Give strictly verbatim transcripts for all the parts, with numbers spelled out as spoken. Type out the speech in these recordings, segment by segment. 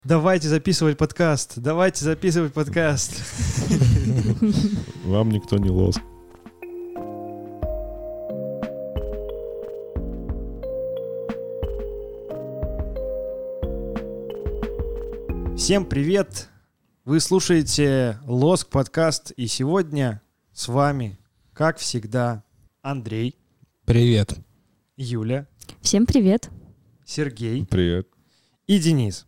Давайте записывать подкаст. Давайте записывать подкаст. Вам никто не лос. Всем привет! Вы слушаете Лоск подкаст, и сегодня с вами, как всегда, Андрей. Привет. Юля. Всем привет. Сергей. Привет. И Денис.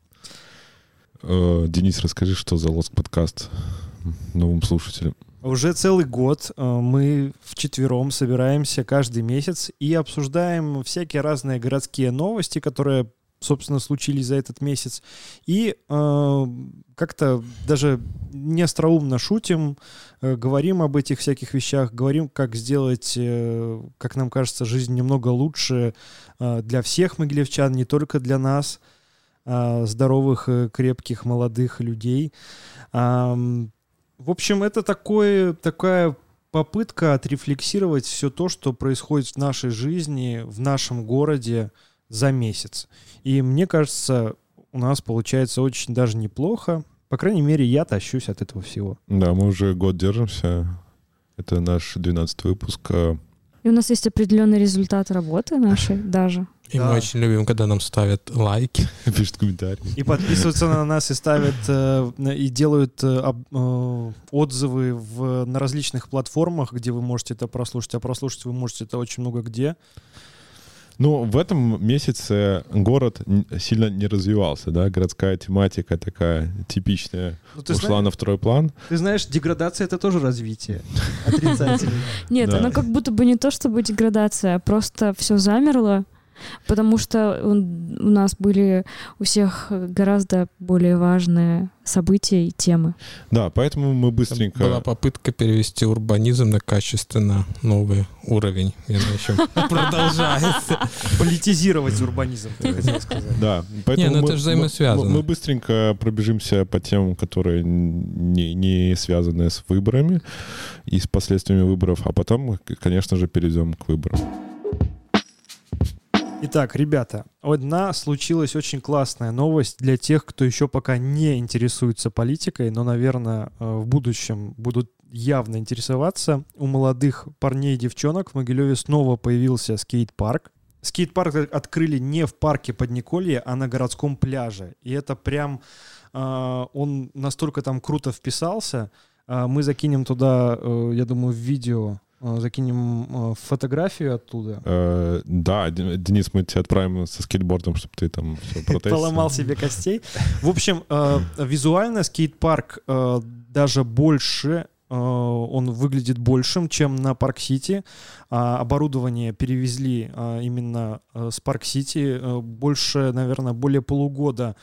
Э, Денис, расскажи, что за Лоск подкаст новым слушателям. Уже целый год мы вчетвером собираемся каждый месяц и обсуждаем всякие разные городские новости, которые, собственно, случились за этот месяц. И э, как-то даже не остроумно шутим, э, говорим об этих всяких вещах, говорим, как сделать, э, как нам кажется, жизнь немного лучше э, для всех могилевчан, не только для нас, э, здоровых, э, крепких, молодых людей. Э, в общем, это такое, такая попытка отрефлексировать все то, что происходит в нашей жизни, в нашем городе за месяц. И мне кажется, у нас получается очень даже неплохо. По крайней мере, я тащусь от этого всего. Да, мы уже год держимся. Это наш двенадцатый выпуск. И у нас есть определенный результат работы нашей даже. И Да. мы очень любим, когда нам ставят лайки. Пишут комментарии. И подписываются на нас, и ставят, э, и делают э, об- э, отзывы в, на различных платформах, где вы можете это прослушать. А прослушать вы можете это очень много где. Ну, в этом месяце город н- сильно не развивался, да, городская тематика такая типичная Ну, ты, ушла зна- на второй план. ты знаешь, деградация — это тоже развитие. Отрицательное. Нет, Да. оно как будто бы не то чтобы деградация, просто все замерло, потому что он- у нас были у всех гораздо более важные события и темы. Да, поэтому мы Была быстренько... попытка перевести урбанизм на качественно новый уровень. И она еще продолжается. Политизировать урбанизм, ты хотел сказать. Да, поэтому Не, ну мы, это же взаимосвязано. Мы, мы быстренько пробежимся по темам, которые не, не связаны с выборами и с последствиями выборов, а потом, конечно же, перейдем к выборам. Итак, ребята, одна случилась очень классная новость для тех, кто еще пока не интересуется политикой, но, наверное, э, в будущем будут явно интересоваться. У молодых парней и девчонок в Могилеве снова появился скейт-парк. Скейт-парк открыли не в парке Подниколье, а на городском пляже. И это прям... э, он настолько там круто вписался. Э, мы закинем туда, э, я думаю, в видео... Закинем э, фотографию оттуда. Э, да, Д- Денис, мы тебя отправим со скейтбордом, чтобы ты там все протестил. Поломал себе костей. В общем, э, визуально скейт-парк э, даже больше, э, он выглядит большим, чем на Парк-Сити. А оборудование перевезли э, именно э, с Парк-Сити. Э, больше, наверное, более полугода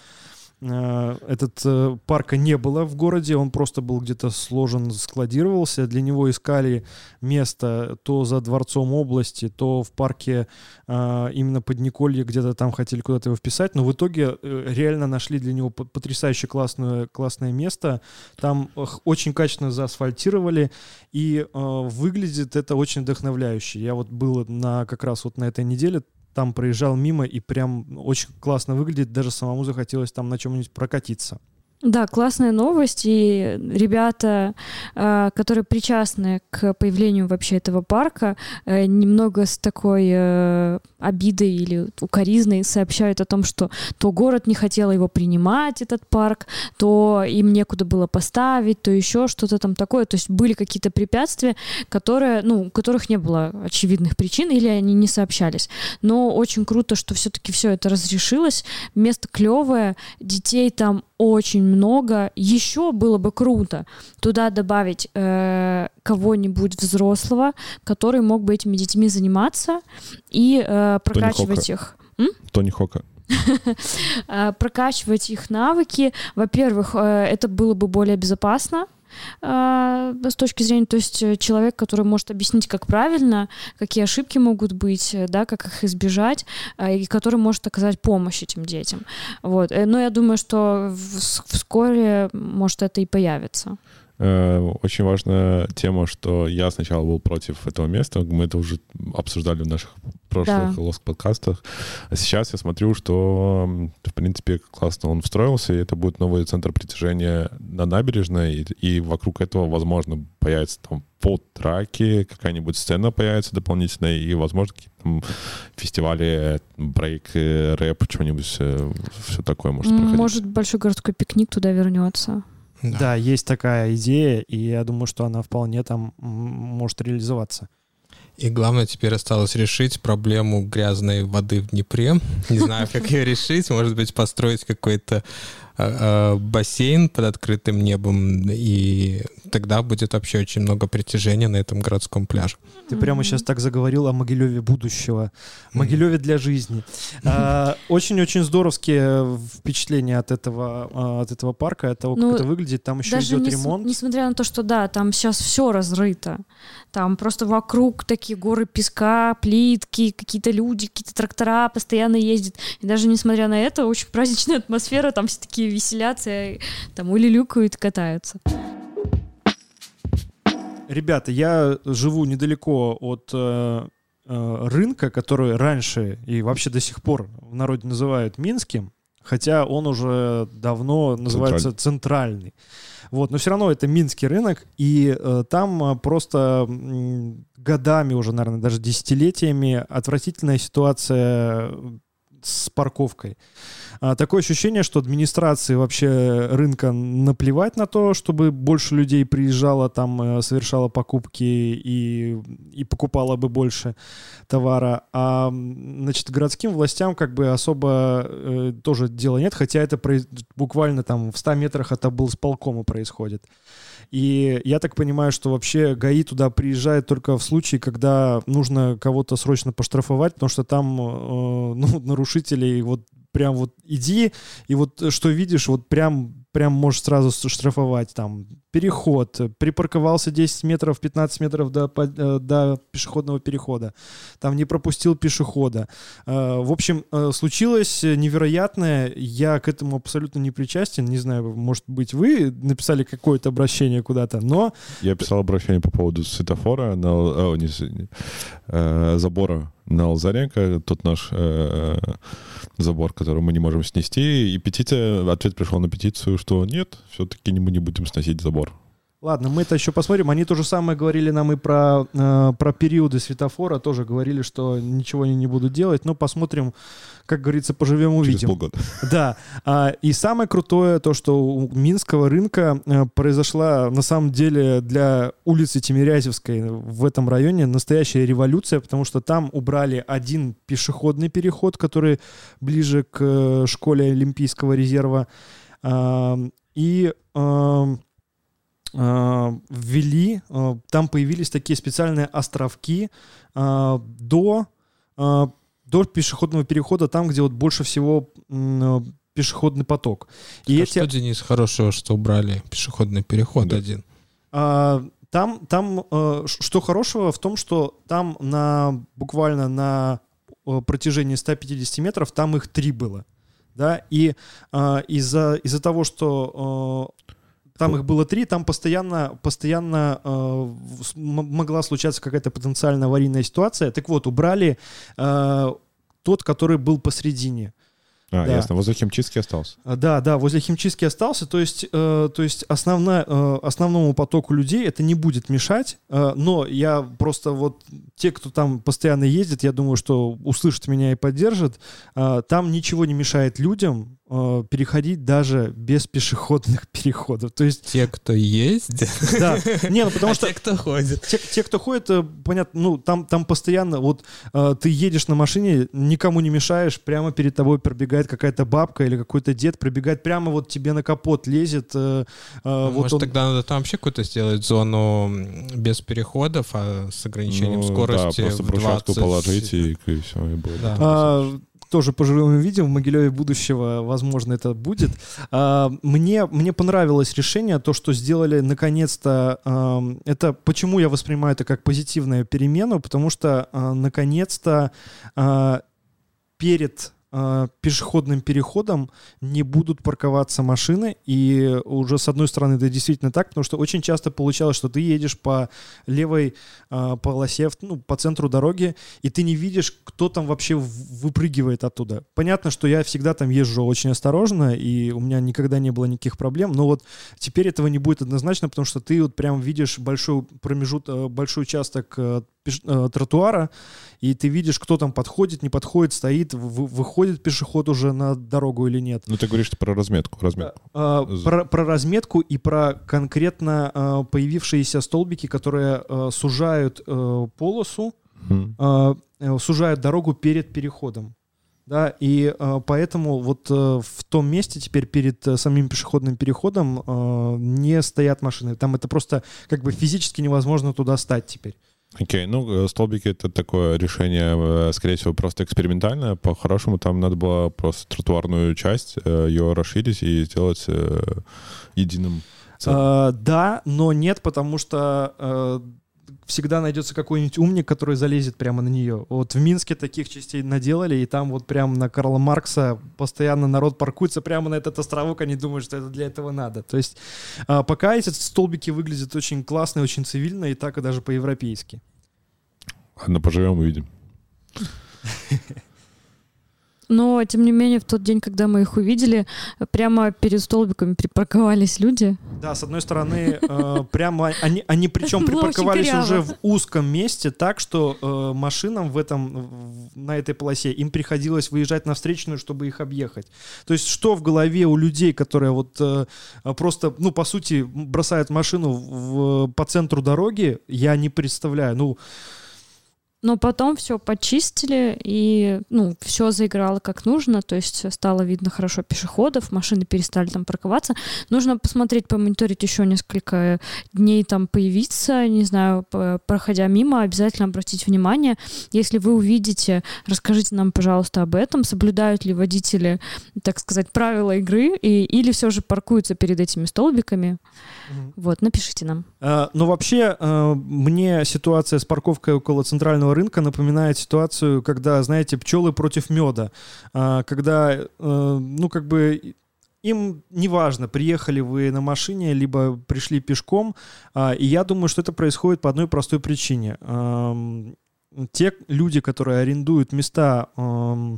э, этот э, парка не было в городе, он просто был где-то сложен, складировался. Для него искали место то за Дворцом области, то в парке э, именно Подниколье, где-то там хотели куда-то его вписать, но в итоге э, реально нашли для него по- потрясающе классное, классное место. Там э, х- очень качественно заасфальтировали, и э, выглядит это очень вдохновляюще. Я вот был на, как раз вот на этой неделе, там проезжал мимо, и прям очень классно выглядит, даже самому захотелось там на чем-нибудь прокатиться. Да, классная новость, и ребята, э, которые причастны к появлению вообще этого парка, э, немного с такой э, обидой или укоризной сообщают о том, что то город не хотел его принимать, этот парк, то им некуда было поставить, то еще что-то там такое. То есть были какие-то препятствия, которые, ну, у которых не было очевидных причин, или они не сообщались. Но очень круто, что все-таки все это разрешилось. Место клевое, детей там очень много. Еще было бы круто туда добавить э, кого-нибудь взрослого, который мог бы этими детьми заниматься и э, прокачивать их. М? Тони Хока. Э, прокачивать их навыки. Во-первых, э, это было бы более безопасно э, с точки зрения, то есть э, человек, который может объяснить, как правильно, какие ошибки могут быть, э, да, как их избежать, э, и который может оказать помощь этим детям. Вот. Э, Но я думаю, что в- с- вскоре, может, это и появится. Очень важная тема, что я сначала был против этого места, мы это уже обсуждали в наших прошлых Да. лоск-подкастах, а сейчас я смотрю, что, в принципе, классно он встроился, и это будет новый центр притяжения на набережной, и, и вокруг этого, возможно, появится там фуд-траки, какая-нибудь сцена появится дополнительная, и, возможно, какие-то там фестивали, брейк, рэп, что-нибудь, все такое может проходить. Может, большой городской пикник туда вернется. Да. да, есть такая идея, и я думаю, что она вполне там может реализоваться. И главное теперь осталось решить проблему грязной воды в Днепре. Не знаю, как ее решить. Может быть, построить какой-то э, бассейн под открытым небом, и тогда будет вообще очень много притяжения на этом городском пляже. Ты прямо сейчас так заговорил о Могилеве будущего. Могилеве для жизни. А, очень-очень здоровские впечатления от этого, от этого парка, от того, как Ну, это выглядит. Там еще Даже идет нес- ремонт. несмотря на то, что да, там сейчас все разрыто. Там просто вокруг такие горы песка, плитки, какие-то люди, какие-то трактора постоянно ездят. И даже несмотря на это, очень праздничная атмосфера, там все такие веселятся, и там улюлюкают, катаются. Ребята, я живу недалеко от э, э, рынка, который раньше и вообще до сих пор в народе называют Минским, хотя он уже давно называется центральный. Вот, но все равно это Минский рынок, и э, там э, просто э, годами уже, наверное, даже десятилетиями отвратительная ситуация с парковкой. А, такое ощущение, что администрации вообще рынка наплевать на то, чтобы больше людей приезжало, там э, совершало покупки и, и покупало бы больше товара. А, значит, городским властям как бы особо э, тоже дела нет, хотя это произ... буквально там в ста метрах от облсполкома происходит. И я так понимаю, что вообще ГАИ туда приезжает только в случае, когда нужно кого-то срочно поштрафовать, потому что там э, ну, нарушителей вот прям вот иди, и вот что видишь, вот прям, прям можешь сразу штрафовать. Там переход, припарковался десять метров, пятнадцать метров до, до пешеходного перехода, там не пропустил пешехода. В общем, случилось невероятное, я к этому абсолютно не причастен, не знаю, может быть, вы написали какое-то обращение куда-то, но... Я писал обращение по поводу светофора, на, о, не, э, забора на Лазаренко, тот наш э, забор, который мы не можем снести, и петиция, ответ пришел на петицию, что нет, все-таки мы не будем сносить забор. Ладно, мы это еще посмотрим. Они то же самое говорили нам и про, э, про периоды светофора, тоже говорили, что ничего они не будут делать, но посмотрим, как говорится, поживем, увидим. Через полгода. Да, а, и самое крутое то, что у Минского рынка а, произошла на самом деле для улицы Тимирязевской в этом районе настоящая революция, потому что там убрали один пешеходный переход, который ближе к школе Олимпийского резерва, а, и... А, ввели, там появились такие специальные островки а, до, а, до пешеходного перехода, там, где вот больше всего м, пешеходный поток. И а эти, что, Денис, хорошего, что убрали пешеходный переход Да. один? а, там, там а, что хорошего в том, что там на, буквально на протяжении ста пятидесяти метров там их три было. Да? И а, из-за, из-за того, что... А, там их было три, там постоянно, постоянно э, могла случаться какая-то потенциально аварийная ситуация. Так вот, убрали э, тот, который был посредине. А, да. ясно. Возле химчистки остался. Да, да, возле химчистки остался. То есть, э, то есть основна, э, основному потоку людей это не будет мешать. Э, но я просто вот те, кто там постоянно ездит, я думаю, что услышат меня и поддержат. Э, там ничего не мешает людям э, переходить даже без пешеходных переходов. То есть Те, кто ездит, да, не, ну потому а что те, кто ходит. те, те, кто ходит, э, понятно, ну там, там постоянно вот э, ты едешь на машине, никому не мешаешь, прямо перед тобой пробегает какая-то бабка или какой-то дед, пробегает прямо вот тебе на капот лезет. Э, э, Ну, вот Может, он... тогда надо там вообще какую-то сделать зону без переходов, а с ограничением Ну, скорости да, просто в брусчатку двадцать. положить, и, и все, и было. Да. А, тоже поживем и видим, в Могилеве будущего, возможно, это будет. А, мне, мне понравилось решение, то, что сделали наконец-то. А, это почему я воспринимаю это как позитивную перемену, потому что а, наконец-то а, перед э, пешеходным переходом не будут парковаться машины, и уже с одной стороны это действительно так, потому что очень часто получалось, что ты едешь по левой э, полосе, ну, по центру дороги, и ты не видишь, кто там вообще выпрыгивает оттуда. Понятно, что я всегда там езжу очень осторожно, и у меня никогда не было никаких проблем, но вот теперь этого не будет однозначно, потому что ты вот прям видишь большой промежуток, большой участок э, пеш... э, тротуара, и ты видишь, кто там подходит, не подходит, стоит, в- выходит пешеход уже на дорогу или нет. Ну, ты говоришь про разметку. разметку. А, про, про разметку и про конкретно а, появившиеся столбики, которые а, сужают а, полосу, Мгм. а, э, сужают дорогу перед переходом. Да, и а, поэтому вот а, в том месте теперь перед а, самим пешеходным переходом а, не стоят машины. Там это просто как бы физически невозможно туда стать теперь. Окей, ну, э, столбики — это такое решение, э, скорее всего, просто экспериментальное. По-хорошему, там надо было просто тротуарную часть, э, ее расширить и сделать э, единым целым. А, да, но нет, потому что а, всегда найдется какой-нибудь умник, который залезет прямо на нее. Вот в Минске таких частей наделали, и там вот прямо на Карла Маркса постоянно народ паркуется прямо на этот островок, они думают, что это для этого надо. То есть а, пока эти столбики выглядят очень классно, очень цивильно, и так и даже по-европейски. Ладно, поживем, увидим. Но, тем не менее, в тот день, когда мы их увидели, прямо перед столбиками припарковались люди. Да, с одной стороны, э, прямо они, они причем Было очень припарковались коряво. уже в узком месте, так что э, машинам в этом, в- на этой полосе им приходилось выезжать на встречную, чтобы их объехать. То есть что в голове у людей, которые вот э, просто, ну, по сути, бросают машину в- по центру дороги, я не представляю. Ну, Но потом все почистили, и ну, все заиграло как нужно, то есть стало видно хорошо пешеходов, машины перестали там парковаться. Нужно посмотреть, помониторить еще несколько дней, там появиться, не знаю, п- проходя мимо, обязательно обратить внимание. Если вы увидите, расскажите нам, пожалуйста, об этом, соблюдают ли водители, так сказать, правила игры, и, или все же паркуются перед этими столбиками. Вот, напишите нам. Э, Но вообще э, мне ситуация с парковкой около центрального рынка напоминает ситуацию, когда, знаете, пчелы против меда. А, Когда, э, ну, как бы им неважно, приехали вы на машине, либо пришли пешком. А, И я думаю, что это происходит по одной простой причине. Ам, Те люди, которые арендуют места ам,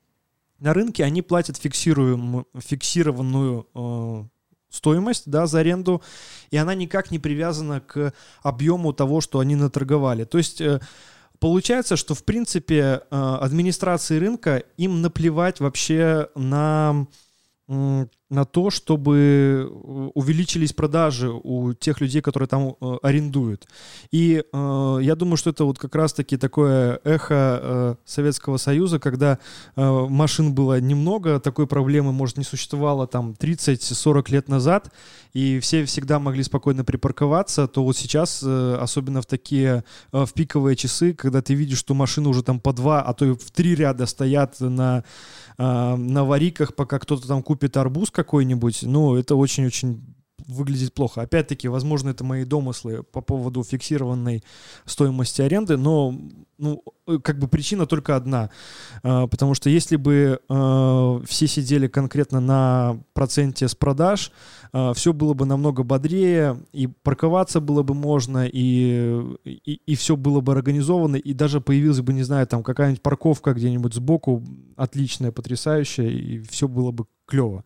на рынке, они платят фиксируем- фиксированную э, стоимость, да, за аренду, и она никак не привязана к объему того, что они наторговали. То есть э, получается, что в принципе э, администрации рынка им наплевать вообще на, м, на то, чтобы увеличились продажи у тех людей, которые там э, арендуют. И э, я думаю, что это вот как раз-таки такое эхо э, Советского Союза, когда э, машин было немного, такой проблемы, может, не существовало там тридцать-сорок лет назад, и все всегда могли спокойно припарковаться, то вот сейчас, э, особенно в такие, э, в пиковые часы, когда ты видишь, что машины уже там по два, а то и в три ряда стоят на, э, на аварийках, пока кто-то там купит арбуз какой-нибудь, ну, это очень-очень выглядит плохо. Опять-таки, возможно, это мои домыслы по поводу фиксированной стоимости аренды, но ну, как бы причина только одна. А, Потому что если бы а, все сидели конкретно на проценте с продаж, все было бы намного бодрее, и парковаться было бы можно, и, и, и все было бы организовано, и даже появилась бы, не знаю, там какая-нибудь парковка где-нибудь сбоку, отличная, потрясающая, и все было бы клево.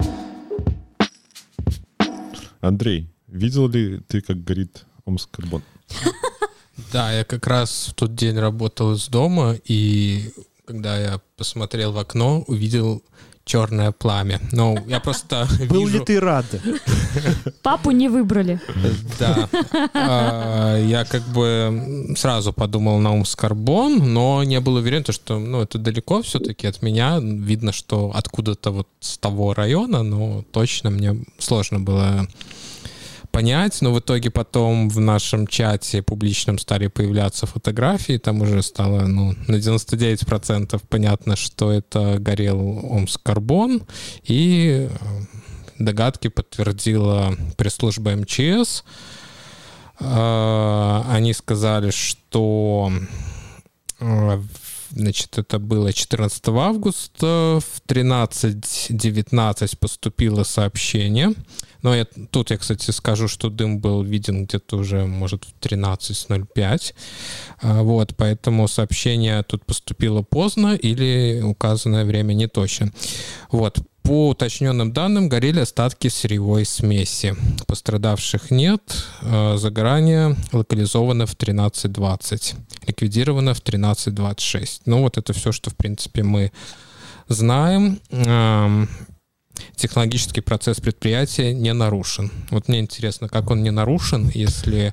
Андрей, видел ли ты, как горит Омскарбон? Да, я как раз в тот день работал из дома, и когда я посмотрел в окно, увидел черное пламя. Ну, я просто Был вижу... ли ты рад? Папу не выбрали. Да. А, Я как бы сразу подумал на Омскарбон, но не был уверен, то, что ну, это далеко все-таки от меня. Видно, что откуда-то вот с того района, но точно мне сложно было понять, но в итоге потом в нашем чате публичном стали появляться фотографии, там уже стало ну, на девяносто девять процентов понятно, что это горел Омскарбон, и догадки подтвердила пресс-служба эм че эс. Они сказали, что Значит, это было четырнадцатого августа, в тринадцать девятнадцать поступило сообщение. Но я, тут я, кстати, скажу, что дым был виден где-то уже, может, в тринадцать ноль пять. Вот, поэтому сообщение тут поступило поздно или указанное время не точно. Вот. По уточненным данным, горели остатки сырьевой смеси. Пострадавших нет. Загорание локализовано в тринадцать двадцать. Ликвидировано в тринадцать двадцать шесть. Ну, вот это все, что, в принципе, мы знаем. Технологический процесс предприятия не нарушен. Вот мне интересно, как он не нарушен, если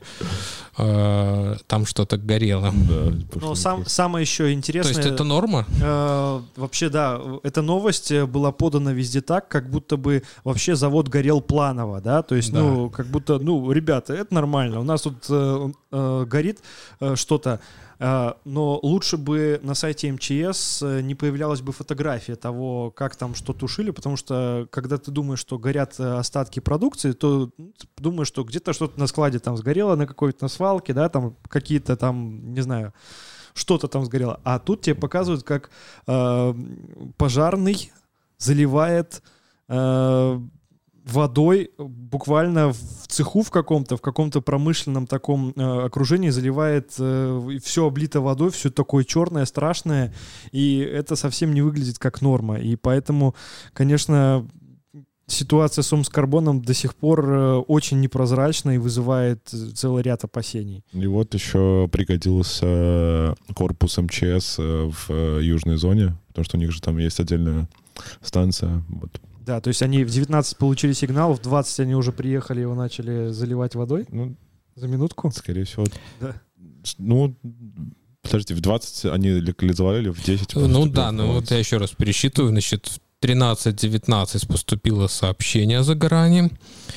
э, там что-то горело. Да, Но сам, самое еще интересное... То есть это норма? Э, вообще, да. Эта новость была подана везде так, как будто бы вообще завод горел планово, да? То есть, да. ну, как будто, ну, ребята, это нормально. У нас тут э, э, горит э, что-то. Но лучше бы на сайте эм че эс не появлялась бы фотография того, как там что тушили, потому что когда ты думаешь, что горят остатки продукции, то думаешь, что где-то что-то на складе там сгорело, на какой-то на свалке, да, там какие-то там, не знаю, что-то там сгорело. А тут тебе показывают, как э, пожарный заливает э, водой буквально в цеху в каком-то, в каком-то промышленном таком э, окружении заливает, э, все облито водой, все такое черное, страшное, и это совсем не выглядит как норма. И поэтому, конечно, ситуация с Омскарбоном до сих пор э, очень непрозрачна и вызывает целый ряд опасений. И вот еще пригодился корпус эм че эс в южной зоне, потому что у них же там есть отдельная станция. Вот. Да, то есть они в девятнадцать получили сигнал, в двадцать они уже приехали, его начали заливать водой? Ну, за минутку? Скорее всего. Да. Ну, подожди, в двадцать они локализовали или в десять? Ну да, ну вот я еще раз пересчитываю. Значит, в тринадцать девятнадцать поступило сообщение о загорании.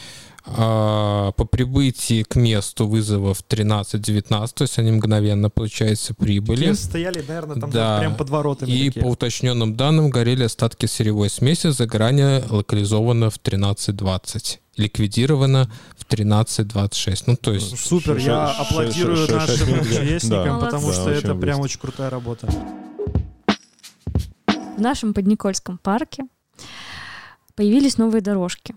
По прибытии к месту вызова в тринадцать девятнадцать, то есть они мгновенно, получается, прибыли. Такие стояли, наверное, там да. прям под воротами. И такие. По уточненным данным горели остатки сырьевой смеси, загорание локализовано в тринадцать двадцать. Ликвидировано в тринадцать двадцать шесть. Ну, то есть... Супер, шесть, я шесть, аплодирую шесть, шесть, нашим шесть, участникам, да. потому Да, что очень это прям быстро. очень крутая работа. В нашем Подникольском парке появились новые дорожки.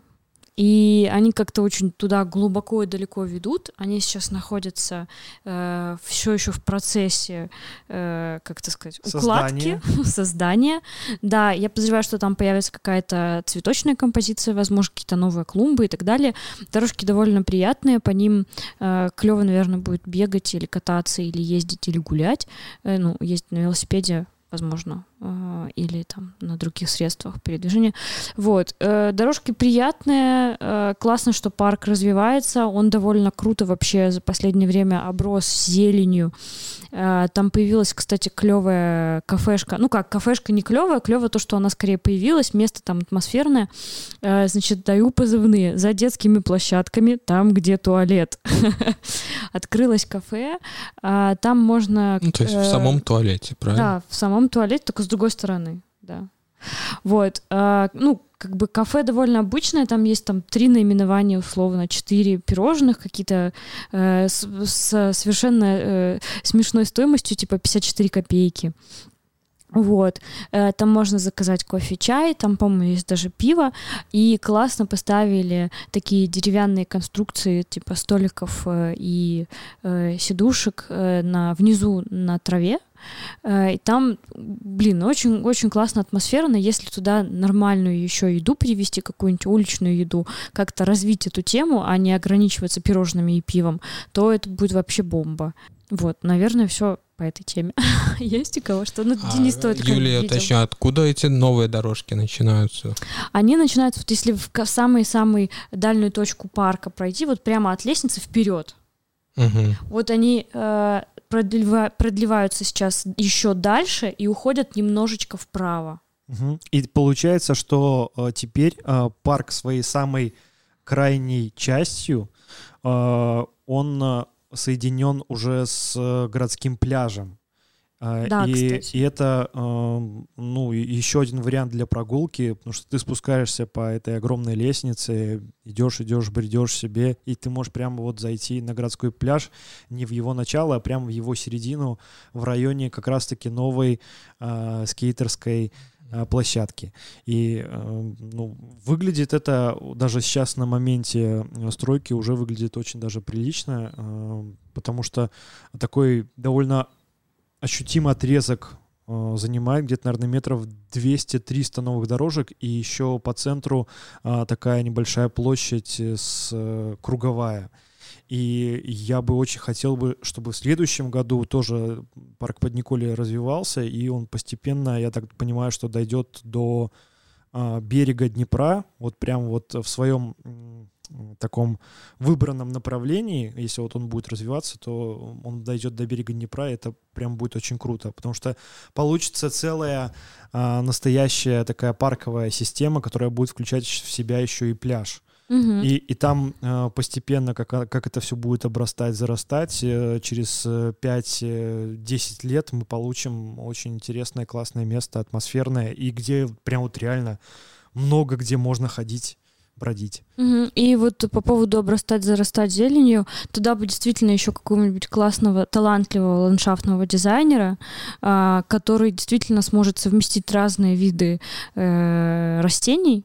И они как-то очень туда глубоко и далеко ведут. Они сейчас находятся э, все еще в процессе, э, как это сказать, укладки, Создание. создания. Да, я подозреваю, что там появится какая-то цветочная композиция, возможно, какие-то новые клумбы и так далее. Дорожки довольно приятные, по ним э, клево, наверное, будет бегать или кататься, или ездить, или гулять. Э, ну, ездить на велосипеде, возможно, э, или там на других средствах передвижения. Вот. Э, дорожки приятные, э, классно, что парк развивается, он довольно круто вообще за последнее время оброс зеленью. Э, там появилась, кстати, клевая кафешка. Ну как, кафешка не клевая, клево то, что она скорее появилась, место там атмосферное. Э, значит, даю позывные. За детскими площадками, там, где туалет. Открылось кафе, э, там можно... Ну, то есть в самом туалете, правильно? Да, в самом туалете, только с другой стороны, да. Вот, а, ну, как бы кафе довольно обычное, там есть там три наименования, условно, четыре пирожных, какие-то э, с, с совершенно э, смешной стоимостью, типа пятьдесят четыре копейки. Вот, э, там можно заказать кофе, чай, там, по-моему, есть даже пиво, и классно поставили такие деревянные конструкции, типа столиков э, и э, сидушек э, на, внизу на траве, э, и там, блин, очень, очень классная атмосфера, но если туда нормальную еще еду привезти, какую-нибудь уличную еду, как-то развить эту тему, а не ограничиваться пирожными и пивом, то это будет вообще бомба. Вот, наверное, все по этой теме. Есть у кого что? Ну, А, Денис тот, Юлия, уточняю, откуда эти новые дорожки начинаются? Они начинаются, вот если в самую-самую дальнюю точку парка пройти, вот прямо от лестницы вперед. Угу. Вот они э, продлева- продлеваются сейчас еще дальше и уходят немножечко вправо. Угу. И получается, что э, теперь э, парк своей самой крайней частью, э, он... Э, соединен уже с городским пляжем. Да, и, кстати. и это ну, еще один вариант для прогулки, потому что ты спускаешься по этой огромной лестнице, идешь, идешь, бредешь себе, и ты можешь прямо вот зайти на городской пляж не в его начало, а прямо в его середину, в районе как раз-таки новой э, скейтерской э, площадки. И э, ну, выглядит это даже сейчас на моменте стройки уже выглядит очень даже прилично, э, потому что такой довольно ощутимый отрезок э, занимает где-то, наверное, метров двести-триста новых дорожек, и еще по центру э, такая небольшая площадь с, э, круговая. И я бы очень хотел бы, чтобы в следующем году тоже парк под Николей развивался, и он постепенно, я так понимаю, что дойдет до э, берега Днепра, вот прям вот в своем таком выбранном направлении. Если вот он будет развиваться, то он дойдет до берега Днепра, и это прям будет очень круто, потому что получится целая а, настоящая такая парковая система, которая будет включать в себя еще и пляж. Угу. И, и там э, постепенно, как, как это все будет обрастать, зарастать, э, через пять-десять лет мы получим очень интересное, классное место, атмосферное, и где прям вот реально много где можно ходить, бродить. Угу. И вот по поводу обрастать, зарастать зеленью, туда бы действительно еще какого-нибудь классного, талантливого ландшафтного дизайнера, а, который действительно сможет совместить разные виды э, растений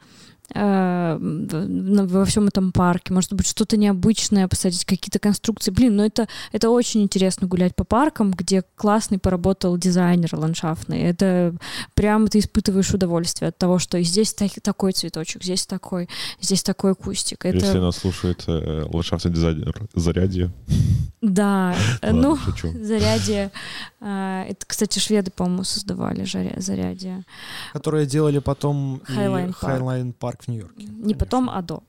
во всем этом парке, может быть, что-то необычное, посадить какие-то конструкции. Блин, ну это, это очень интересно гулять по паркам, где классный поработал дизайнер ландшафтный. Это прямо ты испытываешь удовольствие от того, что и здесь так, такой цветочек, здесь такой, здесь такой кустик. Это... Если нас слушает э, ландшафтный дизайнер Зарядье. Да, Ладно, ну, шучу. Зарядье. Э, это, кстати, шведы, по-моему, создавали Зарядье. Которые делали потом Highline Park. Highline Park в Нью-Йорке. Не конечно. потом, а до.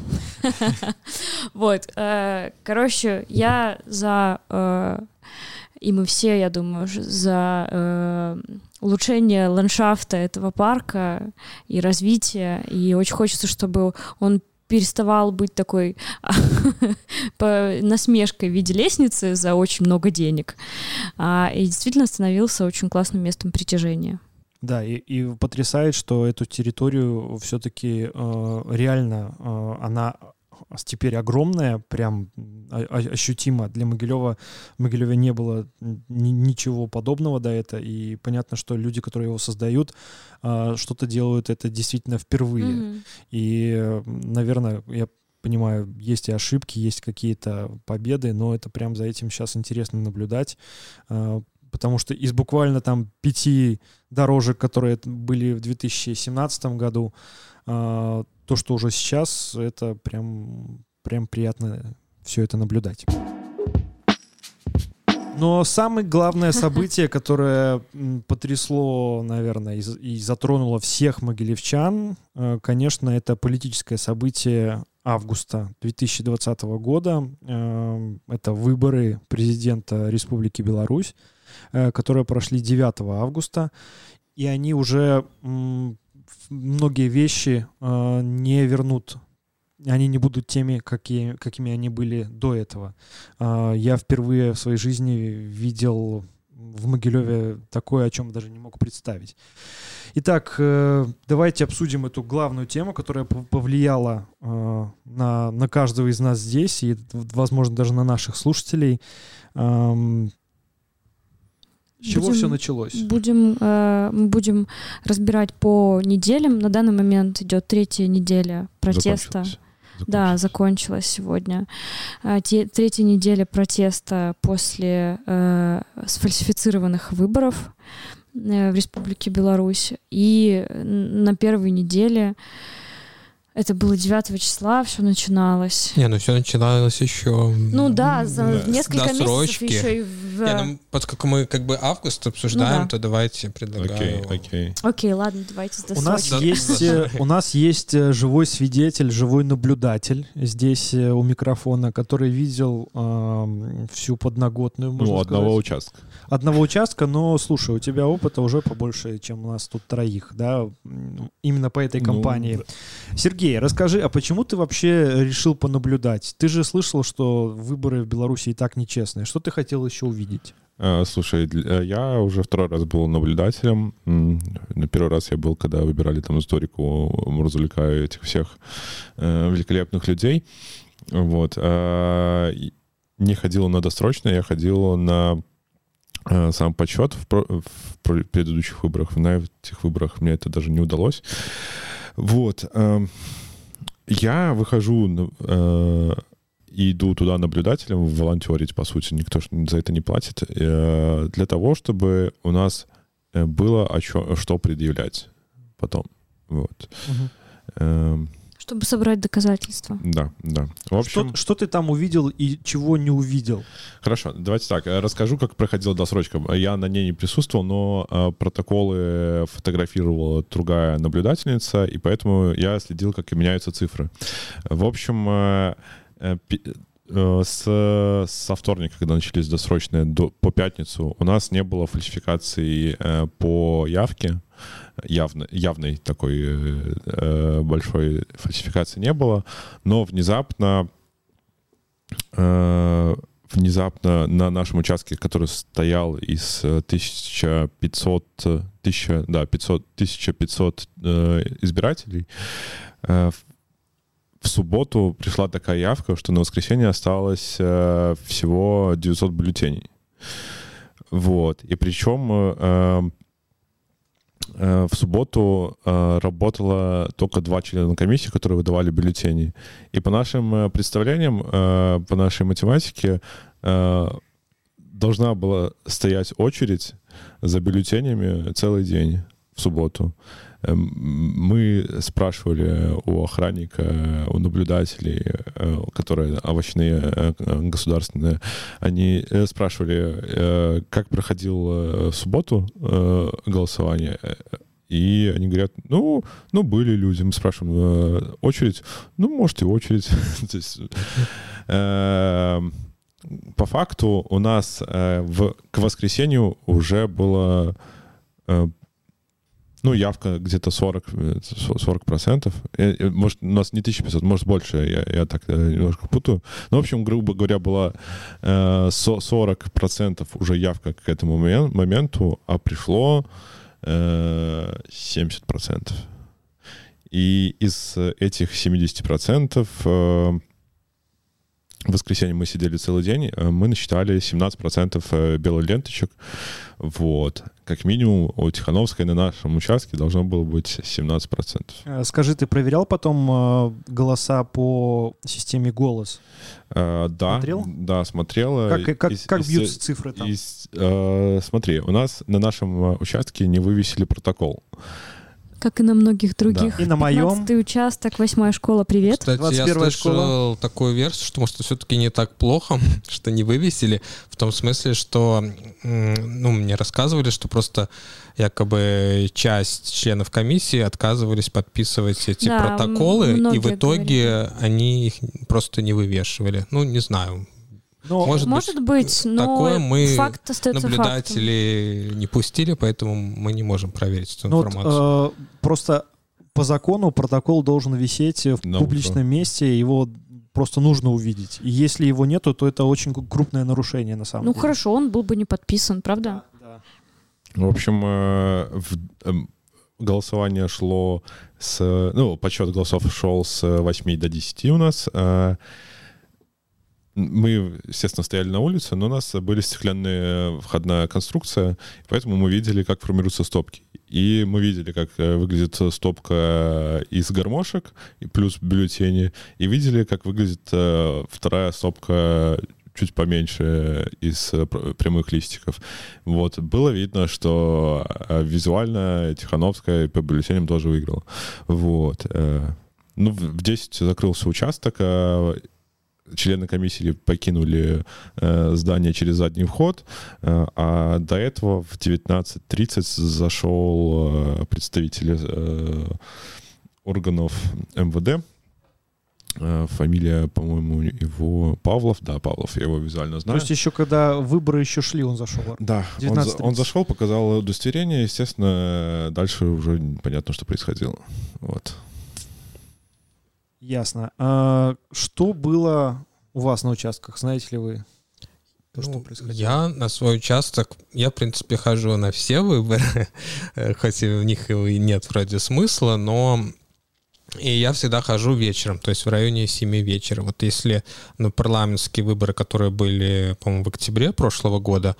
Вот. Короче, я за... И мы все, я думаю, за улучшение ландшафта этого парка и развитие. И очень хочется, чтобы он переставал быть такой насмешкой в виде лестницы за очень много денег. И действительно становился очень классным местом притяжения. Да, и, и потрясает, что эту территорию все-таки э, реально э, она теперь огромная, прям ощутимо. Для Могилева, в Могилеве не было ни, ничего подобного до этого, и понятно, что люди, которые его создают, э, что-то делают это действительно впервые. Mm-hmm. И, наверное, я понимаю, есть и ошибки, есть какие-то победы, но это прям за этим сейчас интересно наблюдать, э, потому что из буквально там пяти дорожек, которые были в две тысячи семнадцатом году, то, что уже сейчас, это прям, прям приятно все это наблюдать. Но самое главное событие, которое потрясло, наверное, и, и затронуло всех могилевчан, конечно, это политическое событие августа две тысячи двадцатого года. Это выборы президента Республики Беларусь, которые прошли девятого августа, и они уже м, многие вещи э, не вернут, они не будут теми, какие, какими они были до этого. Э, я впервые в своей жизни видел в Могилеве такое, о чем даже не мог представить. Итак, э, давайте обсудим эту главную тему, которая повлияла э, на, на каждого из нас здесь и, возможно, даже на наших слушателей. Э, С чего будем, все началось? Будем, э, мы будем разбирать по неделям. На данный момент идет третья неделя протеста. Закончилась. Да, закончилась сегодня. Э, те, третья неделя протеста после э, сфальсифицированных выборов э, в Республике Беларусь. И на первой неделе, это было девятого числа, все начиналось. Не, ну все начиналось еще. Ну да, за да, несколько досрочки. месяцев еще и в... Не, ну, поскольку мы как бы август обсуждаем, ну, да. то давайте предлагаю. Окей, окей. Окей, ладно, давайте с У нас есть, у нас есть живой свидетель, живой наблюдатель здесь у микрофона, который видел э, всю подноготную, можно Ну, сказать. одного участка. Одного участка, но, слушай, у тебя опыта уже побольше, чем у нас тут троих, да, именно по этой компании. Ну, Сергей, расскажи, а почему ты вообще решил понаблюдать? Ты же слышал, что выборы в Беларуси и так нечестные. Что ты хотел еще увидеть? Слушай, я уже второй раз был наблюдателем. На первый раз я был, когда выбирали там историку Мурзалика и этих всех великолепных людей. Вот. Не ходил на досрочно, я ходил на сам подсчет в, в предыдущих выборах. На этих выборах мне это даже не удалось. Вот. Я выхожу и иду туда наблюдателем, волонтерить, по сути. Никто за это не платит. Для того, чтобы у нас было о чё, что предъявлять потом. Вот. Угу. Чтобы собрать доказательства. Да, да. В общем, что, что ты там увидел и чего не увидел? Хорошо, давайте так. Расскажу, как проходила досрочка. Я на ней не присутствовал, но э, протоколы фотографировала другая наблюдательница, и поэтому я следил, как меняются цифры. В общем, э, э, э, с, со вторника, когда начались досрочные, до, по пятницу у нас не было фальсификации э, по явке. Явно, явной такой э, большой фальсификации не было, но внезапно э, внезапно на нашем участке, который состоял из тысяча пятьсот, тысяча, да, пятьсот, тысяча пятьсот э, избирателей, э, в субботу пришла такая явка, что на воскресенье осталось э, всего девятьсот бюллетеней. Вот. И причем э, в субботу э, работало только два члена комиссии, которые выдавали бюллетени. И по нашим э, представлениям, э, по нашей математике, э, должна была стоять очередь за бюллетенями целый день в субботу. Э, мы спрашивали у охранника, у наблюдателей, э, которые овощные, э, государственные, они спрашивали, э, как проходил в субботу э, голосование. И они говорят, ну, ну, были люди. Мы спрашиваем, э, очередь? Ну, может, и очередь. То есть, э, по факту у нас э, в, к воскресенью уже было... Э, Ну, явка где-то сорок процентов. Может, у нас не тысяча пятьсот, может, больше. Я, я так немножко путаю. Ну, в общем, грубо говоря, была э, сорок процентов уже явка к этому моменту, а пришло э, семьдесят процентов. И из этих семьдесят процентов э, в воскресенье мы сидели целый день, мы насчитали семнадцать процентов белых ленточек. Вот. Как минимум у Тихановской на нашем участке должно было быть семнадцать процентов. Скажи, ты проверял потом э, голоса по системе «Голос»? Э, да. Смотрел? Да, смотрел. Как, как, из, как из, бьются цифры там? Из, э, смотри, у нас на нашем участке не вывесили протокол. Как и на многих других. Да. И на моем. пятнадцатый участок, восьмая школа, привет. Кстати, я слышал школа. такую версию, что, может, все-таки не так плохо, что не вывесили, в том смысле, что, ну, мне рассказывали, что просто якобы часть членов комиссии отказывались подписывать эти да, протоколы, и в итоге говорили. Они их просто не вывешивали. Ну, не знаю. Но, может, может быть, быть, но такое мы факт остается наблюдатели фактом. Не пустили, поэтому мы не можем проверить эту ну, информацию. Вот, э, просто по закону протокол должен висеть в no, публичном no. месте, его просто нужно увидеть. И если его нету, то это очень крупное нарушение на самом ну, деле. Ну хорошо, он был бы не подписан, правда? Да, да. В общем, э, в, э, голосование шло с... Ну, подсчет голосов шел с восьми до десяти у нас. Э, Мы, естественно, стояли на улице, но у нас были стеклянная входная конструкция, поэтому мы видели, как формируются стопки. И мы видели, как выглядит стопка из гармошек, и плюс бюллетени, и видели, как выглядит вторая стопка чуть поменьше из прямых листиков. Вот. Было видно, что визуально Тихановская по бюллетеням тоже выиграла. Вот. Ну, в десять закрылся участок, члены комиссии покинули э, здание через задний вход, э, а до этого в девятнадцать тридцать зашел э, представитель э, органов эм вэ дэ. Э, фамилия, по-моему, его Павлов. Да, Павлов, я его визуально знаю. То есть еще когда выборы еще шли, он зашел? Да, он, он зашел, показал удостоверение, естественно, дальше уже непонятно, что происходило. Вот. Ясно. А что было у вас на участках, знаете ли вы? то, что Ну, происходило? Я на свой участок, я, в принципе, хожу на все выборы, хоть и в них и нет вроде смысла, но и я всегда хожу вечером, то есть в районе семи вечера. Вот если на парламентские выборы, которые были, по-моему, в октябре прошлого года,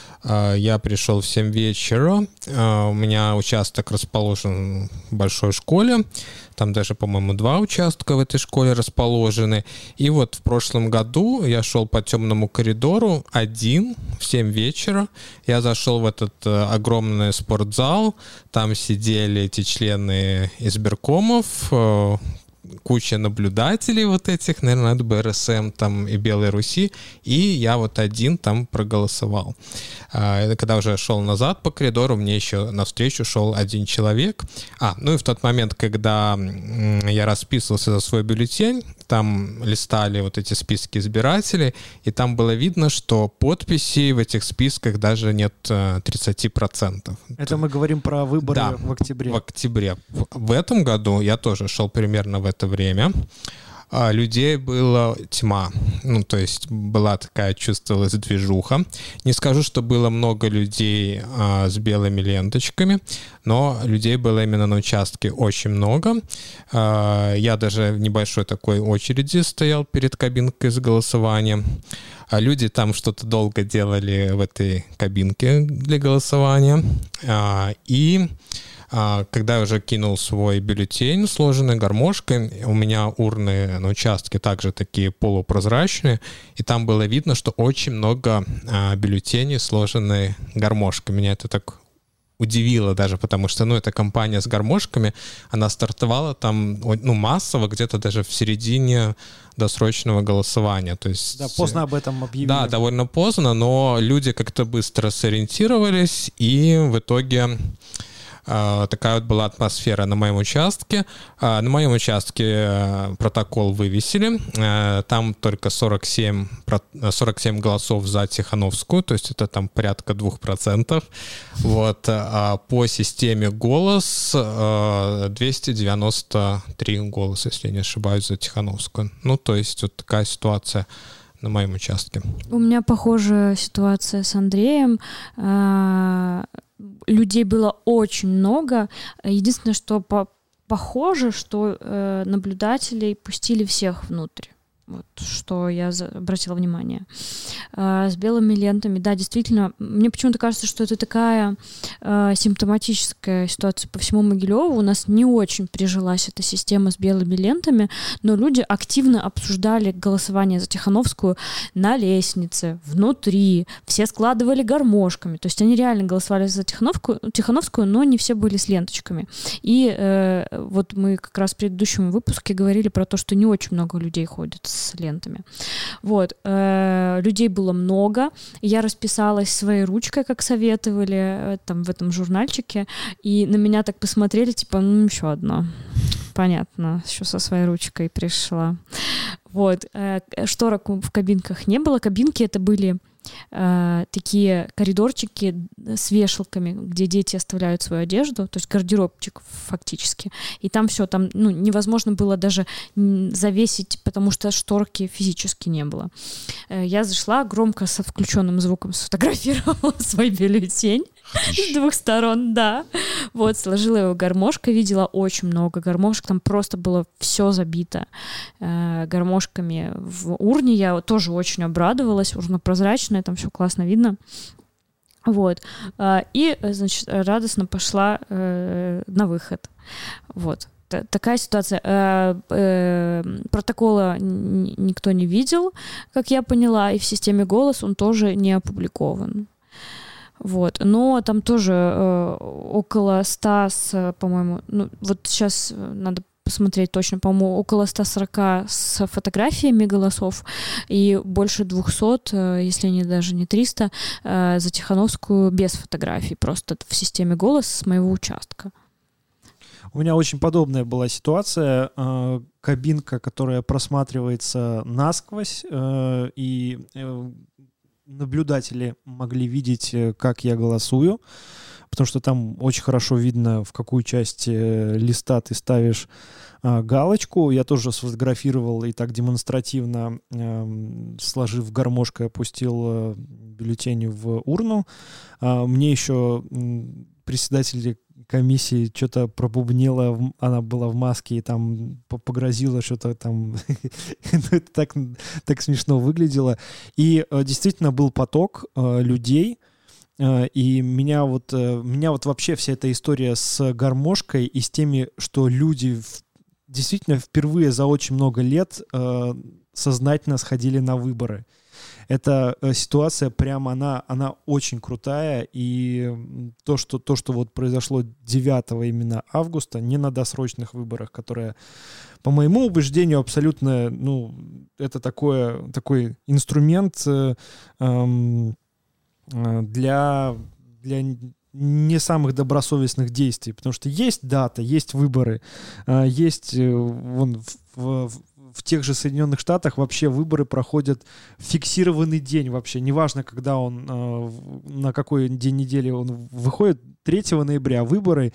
я пришел в семь вечера, у меня участок расположен в большой школе, там даже, по-моему, два участка в этой школе расположены. И вот в прошлом году я шел по темному коридору один в семь вечера. Я зашел в этот огромный спортзал, там сидели эти члены избиркомов, куча наблюдателей вот этих, наверное, от бэ эр эс эм там и Белой Руси, и я вот один там проголосовал. Когда уже шел назад по коридору, мне еще навстречу шел один человек. А, ну и в тот момент, когда я расписывался за свой бюллетень, там листали вот эти списки избирателей, и там было видно, что подписей в этих списках даже нет тридцать процентов. Это мы говорим про выборы да, в октябре. в октябре. В этом году я тоже шел примерно в это время. А людей было тьма. Ну, то есть была такая, чувствовалась движуха. Не скажу, что было много людей а, с белыми ленточками, но людей было именно на участке очень много. А, я даже в небольшой такой очереди стоял перед кабинкой с голосованием. А люди там что-то долго делали в этой кабинке для голосования. А, и когда я уже кинул свой бюллетень, сложенный гармошкой, у меня урны на участке также такие полупрозрачные, и там было видно, что очень много а, бюллетеней сложены гармошкой. Меня это так удивило даже, потому что, ну, эта компания с гармошками, она стартовала там, ну, массово, где-то даже в середине досрочного голосования. То есть, да, поздно об этом объявили. Да, довольно поздно, но люди как-то быстро сориентировались, и в итоге такая вот была атмосфера на моем участке. На моем участке протокол вывесили. Там только сорок семь, сорок семь голосов за Тихановскую, то есть это там порядка двух процентов. Вот. А по системе голос двести девяносто три голоса, если я не ошибаюсь, за Тихановскую. Ну, то есть вот такая ситуация на моем участке. У меня похожая ситуация с Андреем. Людей было очень много. Единственное, что по похоже, что э, наблюдателей пустили всех внутрь. Вот, что я за... обратила внимание. А, с белыми лентами, да, действительно, мне почему-то кажется, что это такая а, симптоматическая ситуация по всему Могилеву. У нас не очень прижилась эта система с белыми лентами, но люди активно обсуждали голосование за Тихановскую на лестнице, внутри, все складывали гармошками, то есть они реально голосовали за Тихановскую, Тихановскую, но не все были с ленточками. И э, вот мы как раз в предыдущем выпуске говорили про то, что не очень много людей ходит с лентами. Вот. Э, людей было много. Я расписалась своей ручкой, как советовали, там в этом журнальчике, и на меня так посмотрели, типа, ну, еще одна. Понятно, еще со своей ручкой пришла. Вот. Э, шторок в кабинках не было. Кабинки это были э, такие коридорчики с вешалками, где дети оставляют свою одежду, то есть гардеробчик фактически. И там все, там ну, невозможно было даже завесить, потому что шторки физически не было. Э, я зашла, громко со включенным звуком сфотографировала свой бюллетень с двух сторон, да. Вот, сложила его гармошкой, видела очень много гармошек, там просто было все забито э, гармошками в урне. Я тоже очень обрадовалась, урна прозрачная, там все классно видно. Вот. Э, и, значит, радостно пошла э, на выход. Вот. Т- такая ситуация. Э, э, протокола н- никто не видел, как я поняла, и в системе «Голос» он тоже не опубликован. Вот. Но там тоже э, около ста, с, по-моему, ну вот сейчас надо посмотреть точно, по-моему, около ста сорока с фотографиями голосов и больше двухсот, э, если не даже не триста, э, за Тихановскую без фотографий, просто в системе «Голос» с моего участка. У меня очень подобная была ситуация. Э, кабинка, которая просматривается насквозь, э, и... Э, наблюдатели могли видеть, как я голосую, потому что там очень хорошо видно, в какую часть листа ты ставишь а, галочку. Я тоже сфотографировал и так демонстративно, э, сложив гармошкой, опустил э, бюллетень в урну. А, мне еще м, председатель комиссии что-то пробубнила, она была в маске и там погрозила что-то там. Это так, так смешно выглядело. И э, действительно был поток э, людей. И меня вот, меня вот вообще вся эта история с гармошкой и с теми, что люди в, действительно впервые за очень много лет э, сознательно сходили на выборы. Эта э, ситуация прямо, она, она очень крутая. И то что, то, что вот произошло девятого именно августа, не на досрочных выборах, которые, по моему убеждению, абсолютно, ну, это такое, такой инструмент э, э, для, для не самых добросовестных действий, потому что есть дата, есть выборы, есть вон, в, в, в тех же Соединенных Штатах вообще выборы проходят в фиксированный день вообще, неважно, когда он, на какой день недели он выходит, третьего ноября выборы,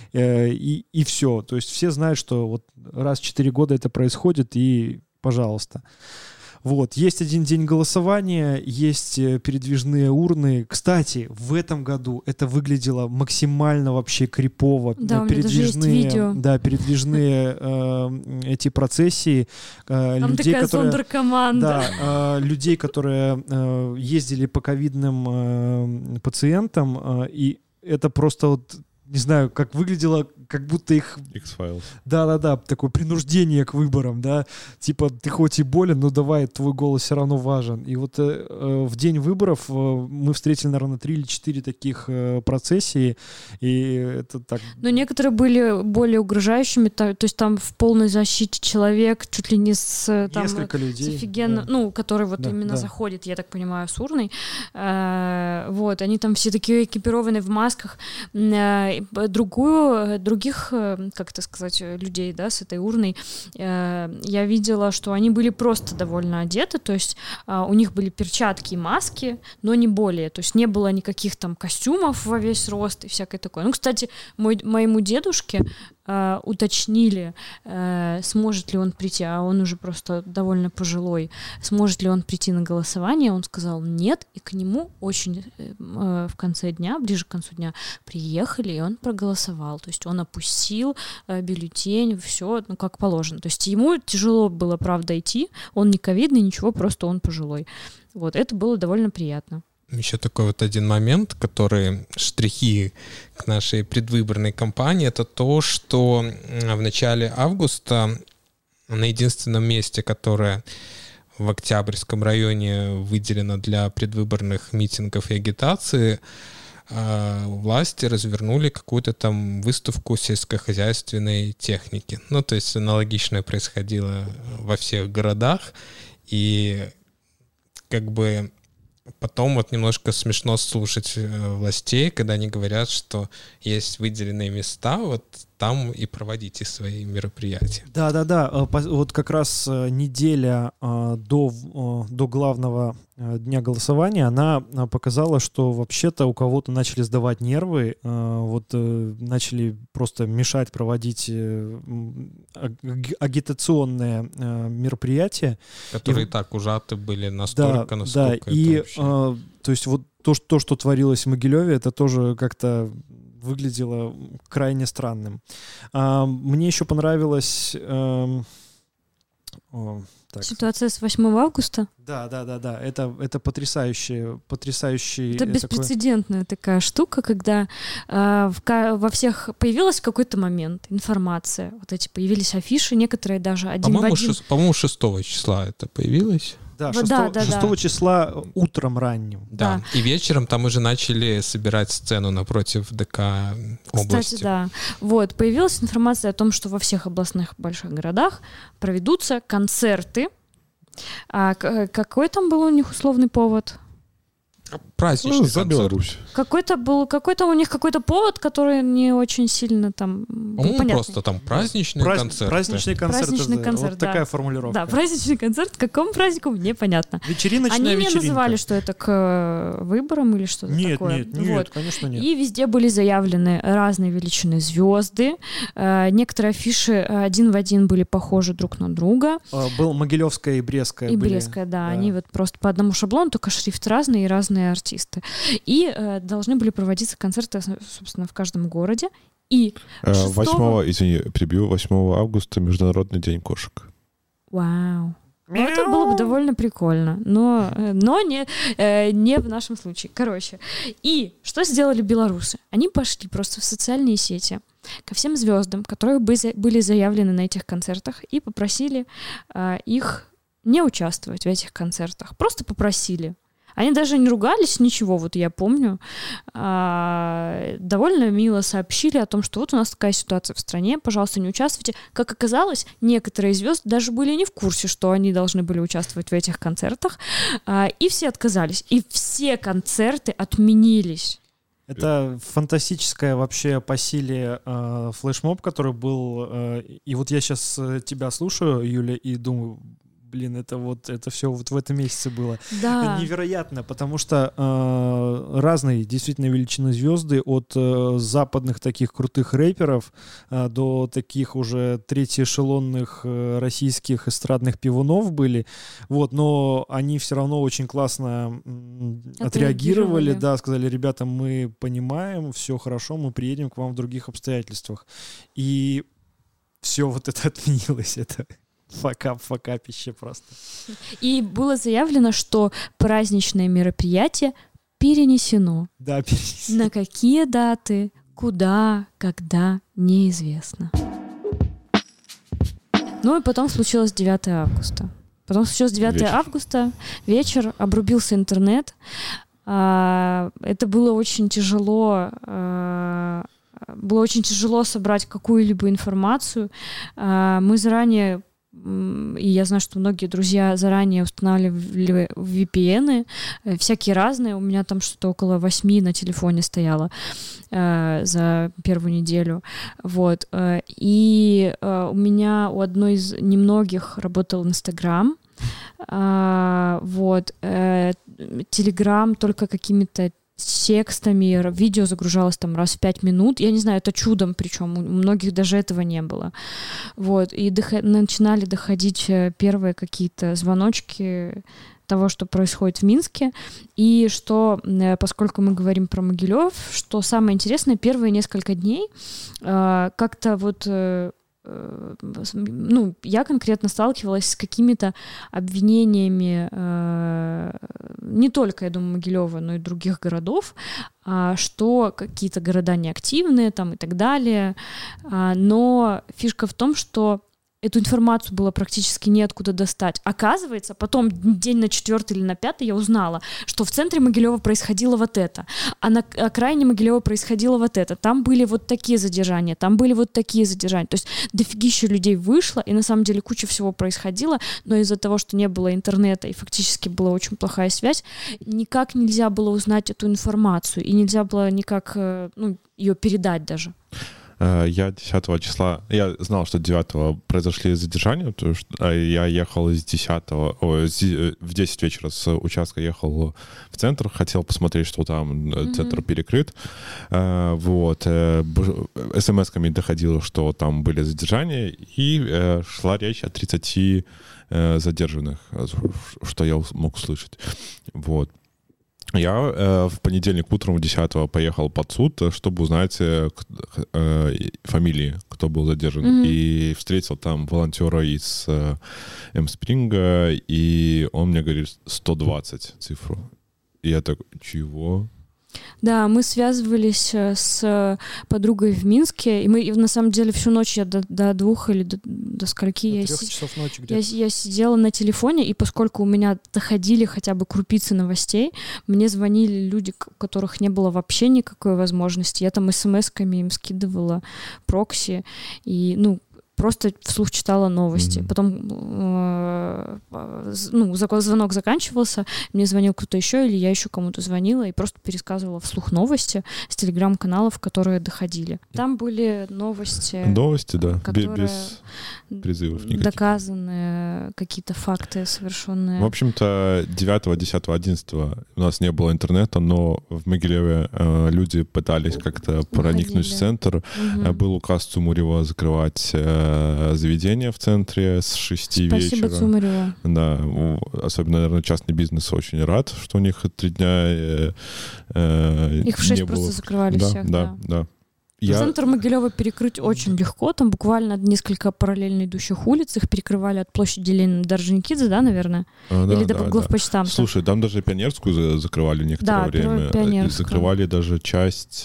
и, и все, то есть все знают, что вот раз в четыре года это происходит, и пожалуйста. Вот, есть один день голосования, есть передвижные урны. Кстати, в этом году это выглядело максимально вообще крипово. Да, передвижные, у меня даже есть видео. Да, передвижные э, эти процессии. Э, Там людей, такая которые, зондеркоманда. Да, э, людей, которые э, ездили по ковидным э, пациентам, э, и это просто вот, не знаю, как выглядело, как будто их... X-Files. Да-да-да, такое принуждение к выборам, да. Типа, ты хоть и болен, но давай, твой голос все равно важен. И вот э, в день выборов э, мы встретили, наверное, три или четыре таких э, процессии, и это так... Но некоторые были более угрожающими, то, то есть там в полной защите человек, чуть ли не с... Там, Несколько людей. С офигенно, да. Ну, который вот да, именно да. заходит, я так понимаю, с урной. Э, вот, они там все такие экипированы в масках. Э, другую, других, как это сказать, людей, да, с этой урной, э, я видела, что они были просто довольно одеты, то есть э, у них были перчатки и маски, но не более, то есть не было никаких там костюмов во весь рост и всякое такое. Ну, кстати, мой, моему дедушке э, уточнили, э, сможет ли он прийти, а он уже просто довольно пожилой, сможет ли он прийти на голосование, он сказал нет, и к нему очень э, в конце дня, ближе к концу дня приехали, и он проголосовал, то есть он опустил э, бюллетень, все, ну, как положено. То есть ему тяжело было, правда, идти, он не ковидный, ничего, просто он пожилой. Вот, это было довольно приятно. Еще такой вот один момент, который штрихи к нашей предвыборной кампании, это то, что в начале августа на единственном месте, которое в Октябрьском районе выделено для предвыборных митингов и агитации, власти развернули какую-то там выставку сельскохозяйственной техники. Ну, то есть аналогичное происходило во всех городах. И как бы потом вот немножко смешно слушать властей, когда они говорят, что есть выделенные места, вот там и проводите свои мероприятия. Да-да-да, вот как раз неделя до, до главного дня голосования, она показала, что вообще-то у кого-то начали сдавать нервы, вот начали просто мешать проводить агитационные мероприятия. Которые и, так ужаты были настолько, да, насколько да, это и, вообще... то есть вот то, что, то, что творилось в Могилеве, это тоже как-то выглядело крайне странным. А, мне еще понравилось... А, о, так. Ситуация с восьмого августа? Да, да, да, да. Это, это потрясающее, потрясающий... Это беспрецедентная такое... такая штука, когда э, в, во всех появилась в какой-то момент информация. Вот эти появились афиши, некоторые даже один по-моему, в один. Шест, по-моему, шестого числа это появилось. Да, шестого, да, да, шестого да. числа утром ранним. Да. да, и вечером там уже начали собирать сцену напротив ДК области. Кстати, да. Вот, появилась информация о том, что во всех областных больших городах проведутся концерты. А какой там был у них условный повод? Праздничный Ну, за концерт. Беларусь. Какой-то был, какой-то у них какой-то повод, который не очень сильно там был По-моему, понятный. просто там праздничные Праз- концерты. Праздничный концерт. Праздничный это- концерт, вот да. такая формулировка. Да, праздничный концерт. К какому празднику, непонятно. Вечериночная Они не вечеринка. называли, что это к э, выборам или что-то Нет, такое. нет, нет, Вот. конечно нет. И везде были заявлены разные величины звезды. Э, Некоторые афиши э, один в один были похожи друг на друга. А, Был Могилевская и Брестская. И были. Брестская, да, да. они вот просто по одному шаблону, только шрифт разный и разные артисты. И э, должны были проводиться концерты, собственно, в каждом городе. И Э, шестого восьмого, извини, прибью, восьмого августа Международный день кошек. вау. Ну, это было бы довольно прикольно, но, э, но не, э, не в нашем случае. Короче, и что сделали белорусы? Они пошли просто в социальные сети ко всем звездам, которые бы за- были заявлены на этих концертах, и попросили э, их не участвовать в этих концертах. Просто попросили. Они даже не ругались, ничего, вот я помню. А, довольно мило сообщили о том, что вот у нас такая ситуация в стране, пожалуйста, не участвуйте. Как оказалось, некоторые звезды даже были не в курсе, что они должны были участвовать в этих концертах, а, и все отказались. И все концерты отменились. Это фантастическое вообще по силе э, флешмоб, который был. Э, и вот я сейчас тебя слушаю, Юля, и думаю, блин, это вот это все вот в этом месяце было. Да. Невероятно, потому что э, разные действительно величины звезды, от э, западных таких крутых рэперов э, до таких уже третьеэшелонных э, российских эстрадных пивунов были. Вот, но они все равно очень классно м, отреагировали, Отреагировали. да, сказали: ребята, мы понимаем, все хорошо, мы приедем к вам в других обстоятельствах. И все вот это отменилось, это факап, факапище просто. И было заявлено, что праздничное мероприятие перенесено. Да, перенесли. На какие даты, куда, когда, неизвестно. Ну и потом случилось девятого августа. Потом случилось девятого Вечер. августа, вечер, обрубился интернет. А, Это было очень тяжело. а, Было очень тяжело собрать какую-либо информацию. А, Мы заранее, м, и я знаю, что многие друзья заранее устанавливали ви пи эн, э, всякие разные. У меня там что-то около восьми на телефоне стояло э, за первую неделю. Вот. э, И э, у меня у одной из немногих работал Инстаграм. А, Вот. э, Телеграм только какими-то текстами, р- видео загружалось там раз в пять минут. Я не знаю, это чудом, причем у многих даже этого не было. Вот. И дохо- начинали доходить э, первые какие-то звоночки того, что происходит в Минске. И что, э, поскольку мы говорим про Могилев, что самое интересное, первые несколько дней э, как-то вот э, э, с- ну, я конкретно сталкивалась с какими-то обвинениями э, не только, я думаю, Могилева, но и других городов, а, что какие-то города неактивные там и так далее. А, Но фишка в том, что эту информацию было практически неоткуда достать. Оказывается, потом день на четвертый или на пятый я узнала, что в центре Могилева происходило вот это, а на окраине Могилева происходило вот это. Там были вот такие задержания, там были вот такие задержания. То есть дофигища людей вышло, и на самом деле куча всего происходило, но из-за того, что не было интернета и фактически была очень плохая связь, никак нельзя было узнать эту информацию, и нельзя было никак э, ну, ее передать даже. Э, Я десятого числа, я знал, что девятого произошли задержания, потому что а, я ехал из десятого, ой, с де- э, в десять вечера с участка ехал в центр, хотел посмотреть, что там, э, центр Мгм. перекрыт. Э, Вот. э, б- СМС-ками доходило, что там были задержания, и э, шла речь о тридцати э, задержанных, э, что я ус- мог услышать. Вот. Я э, в понедельник утром десятого поехал под суд, э, чтобы узнать э, к- э, и- фамилии, кто был задержан. Мгм. И встретил там волонтера из э, М-Спринга, и он мне говорит сто двадцать цифру. И я такой, чего? Да, мы связывались э, с подругой в Минске, и мы и на самом деле всю ночь я до, до двух или до, до скольки До я, трех си- часов ночи я, где-то. с- я сидела на телефоне, и поскольку у меня доходили хотя бы крупицы новостей, мне звонили люди, к- у которых не было вообще никакой возможности. Я там смс-ками им скидывала прокси, и, ну, просто вслух читала новости. Мгм. Потом э, ну, звонок заканчивался, мне звонил кто-то еще, или я еще кому-то звонила и просто пересказывала вслух новости с телеграм-каналов, которые доходили. Там были новости... Новости, да, которые без призывов никаких. Доказанные какие-то факты совершенные. В общем-то, девятого, десятого, одиннадцатого у нас не было интернета, но в Могилеве э, люди пытались как-то проникнуть в центр. Угу. Был указ Цумурева закрывать э, заведения в центре с шести вечера. Спасибо Цумареву. Да, особенно, наверное, частный бизнес очень рад, что у них три дня э, э, их в шесть не просто было. закрывали да, всех. Да, да. да. Я... Центр Могилева перекрыть очень легко. Там буквально несколько параллельно идущих улиц. Их перекрывали от площади Ленина до Орджоникидзе, да, наверное? А, да, Или до да, главпочтамта. Да. Слушай, там даже Пионерскую закрывали некоторое да, время. Закрывали даже часть...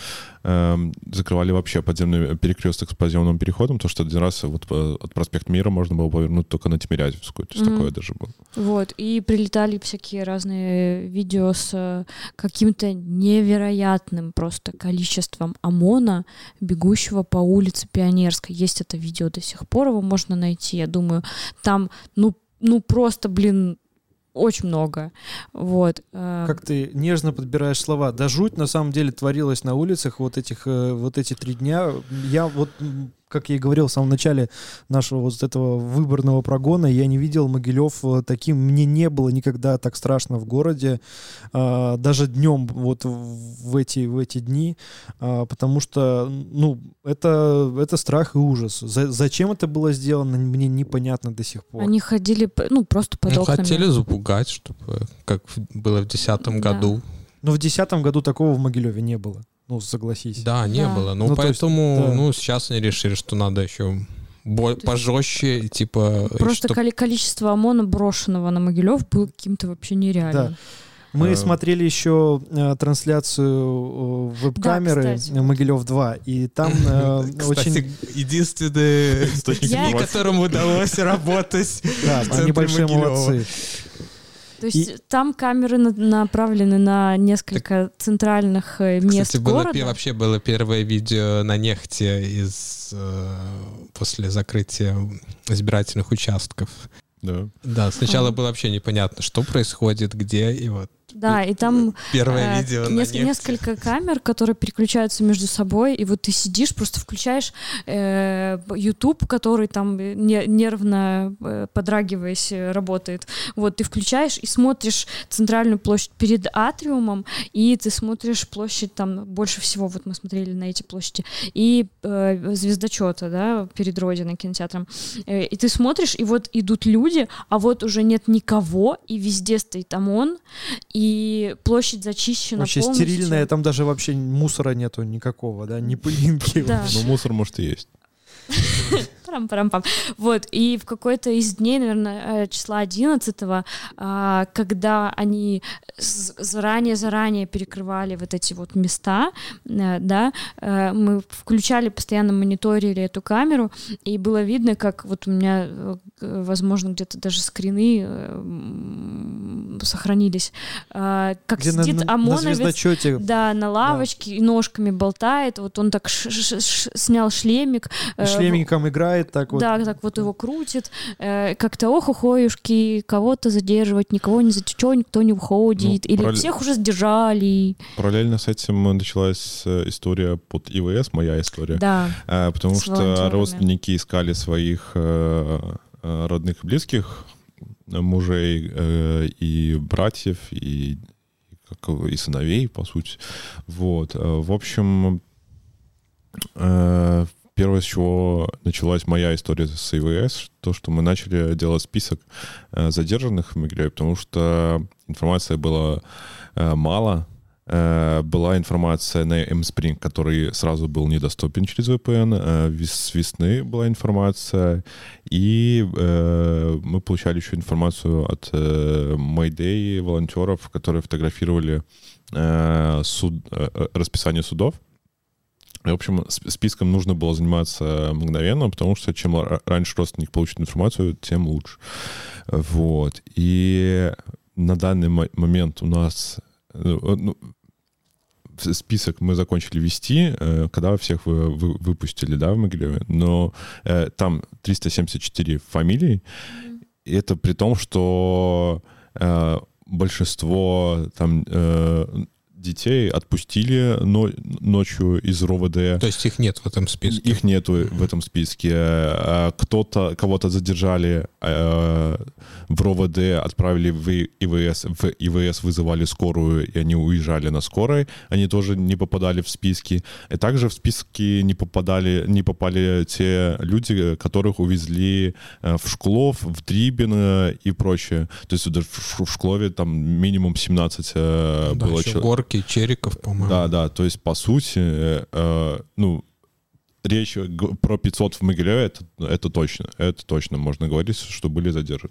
закрывали вообще подземный перекресток с подземным переходом, потому что один раз вот от проспекта Мира можно было повернуть только на Тимирязевскую, то есть mm-hmm. такое даже было. Вот, и прилетали всякие разные видео с каким-то невероятным просто количеством ОМОНа, бегущего по улице Пионерской. Есть это видео до сих пор, его можно найти, я думаю, там, ну, ну просто, блин, очень много. Вот. Как ты нежно подбираешь слова. Да жуть на самом деле творилась на улицах вот этих вот эти три дня. Я вот, как я и говорил в самом начале нашего вот этого выборного прогона, я не видел Могилев таким. Мне не было никогда так страшно в городе, даже днем вот в эти, в эти дни, потому что, ну, это, это страх и ужас. За, зачем это было сделано, мне непонятно до сих пор. Они ходили, ну, просто под ну, окнами. Хотели запугать, чтобы, как было в десятом да. году. Но в десятом году такого в Могилеве не было. Ну, согласись. Да, не да. было. Ну, ну поэтому, есть, да. ну, сейчас они решили, что надо еще бо- пожестче, типа... Просто чтоб... количество ОМОНа, брошенного на Могилев, было каким-то вообще нереальным. Да. Мы А... смотрели еще э, трансляцию э, веб-камеры да, Могилев два, и там э, Кстати, очень... единственный источник, которому удалось работать. Да, они большие молодцы. То есть и... там камеры на- направлены на несколько так, центральных мест кстати, города. Было, вообще было первое видео на нефти из, э, после закрытия избирательных участков. Да. Да, сначала а. было вообще непонятно, что происходит, где, и вот. Да, и там первое э, видео нес- на нефти. Несколько камер, которые переключаются между собой, и вот ты сидишь, просто включаешь э, YouTube, который там не- нервно э, подрагиваясь работает. Вот ты включаешь и смотришь центральную площадь перед атриумом, и ты смотришь площадь там больше всего, вот мы смотрели на эти площади, и э, звездочета, да, перед Родиной кинотеатром. Э, и ты смотришь, и вот идут люди, а вот уже нет никого, и везде стоит ОМОН, и площадь зачищена вообще полностью. Стерильная, там даже вообще мусора нету никакого, да, ни пылинки. Да. Но мусор, может, и есть. Парам-парам-пам. Вот, и в какой-то из дней, наверное, числа одиннадцатого, когда они заранее-заранее перекрывали вот эти вот места, да, мы включали, постоянно мониторили эту камеру, и было видно, как вот у меня, возможно, где-то даже скрины сохранились, как где сидит на, ОМОНовец, на да, на лавочке, да. и ножками болтает, вот он так ш- ш- ш- снял шлемик. И шлемиком играет, так вот. Да, так вот его крутит, э, как-то ох-охоюшки, кого-то задерживать, никого не задерживать, никто не уходит, ну, или параллель... всех уже сдержали. Параллельно с этим началась история под ИВС, моя история, да, а, потому что родственники искали своих э, родных и близких, мужей э, и братьев, и, и сыновей, по сути. Вот. В общем, э, первое, с чего началась моя история с ИВС, то, что мы начали делать список э, задержанных в Могилеве, потому что информации было э, мало. Э, была информация на M-Spring, который сразу был недоступен через ви пи эн. Э, с весны была информация. И э, мы получали еще информацию от э, Mayday волонтеров, которые фотографировали э, суд, э, расписание судов. В общем, списком нужно было заниматься мгновенно, потому что чем раньше родственник получит информацию, тем лучше. Вот. И на данный момент у нас... Ну, список мы закончили вести, когда всех вы, вы, выпустили, да, в Могилеве, но э, там триста семьдесят четыре фамилии, это при том, что э, большинство там э, детей отпустили но, ночью из РОВД. То есть их нет в этом списке? Их нету в этом списке. Кто-то, кого-то задержали э, в РОВД, отправили в ИВС, в ИВС вызывали скорую, и они уезжали на скорой. Они тоже не попадали в списки. И также в списки не попадали, не попали те люди, которых увезли в Шклов, в Трибино и прочее. То есть в Шклове там минимум семнадцать э, да, было человек. Горки, Чериков, по-моему. Да, да, то есть, по сути, э, ну, речь про пятьсот в Могилеве, это, это точно, это точно можно говорить, что были задержаны.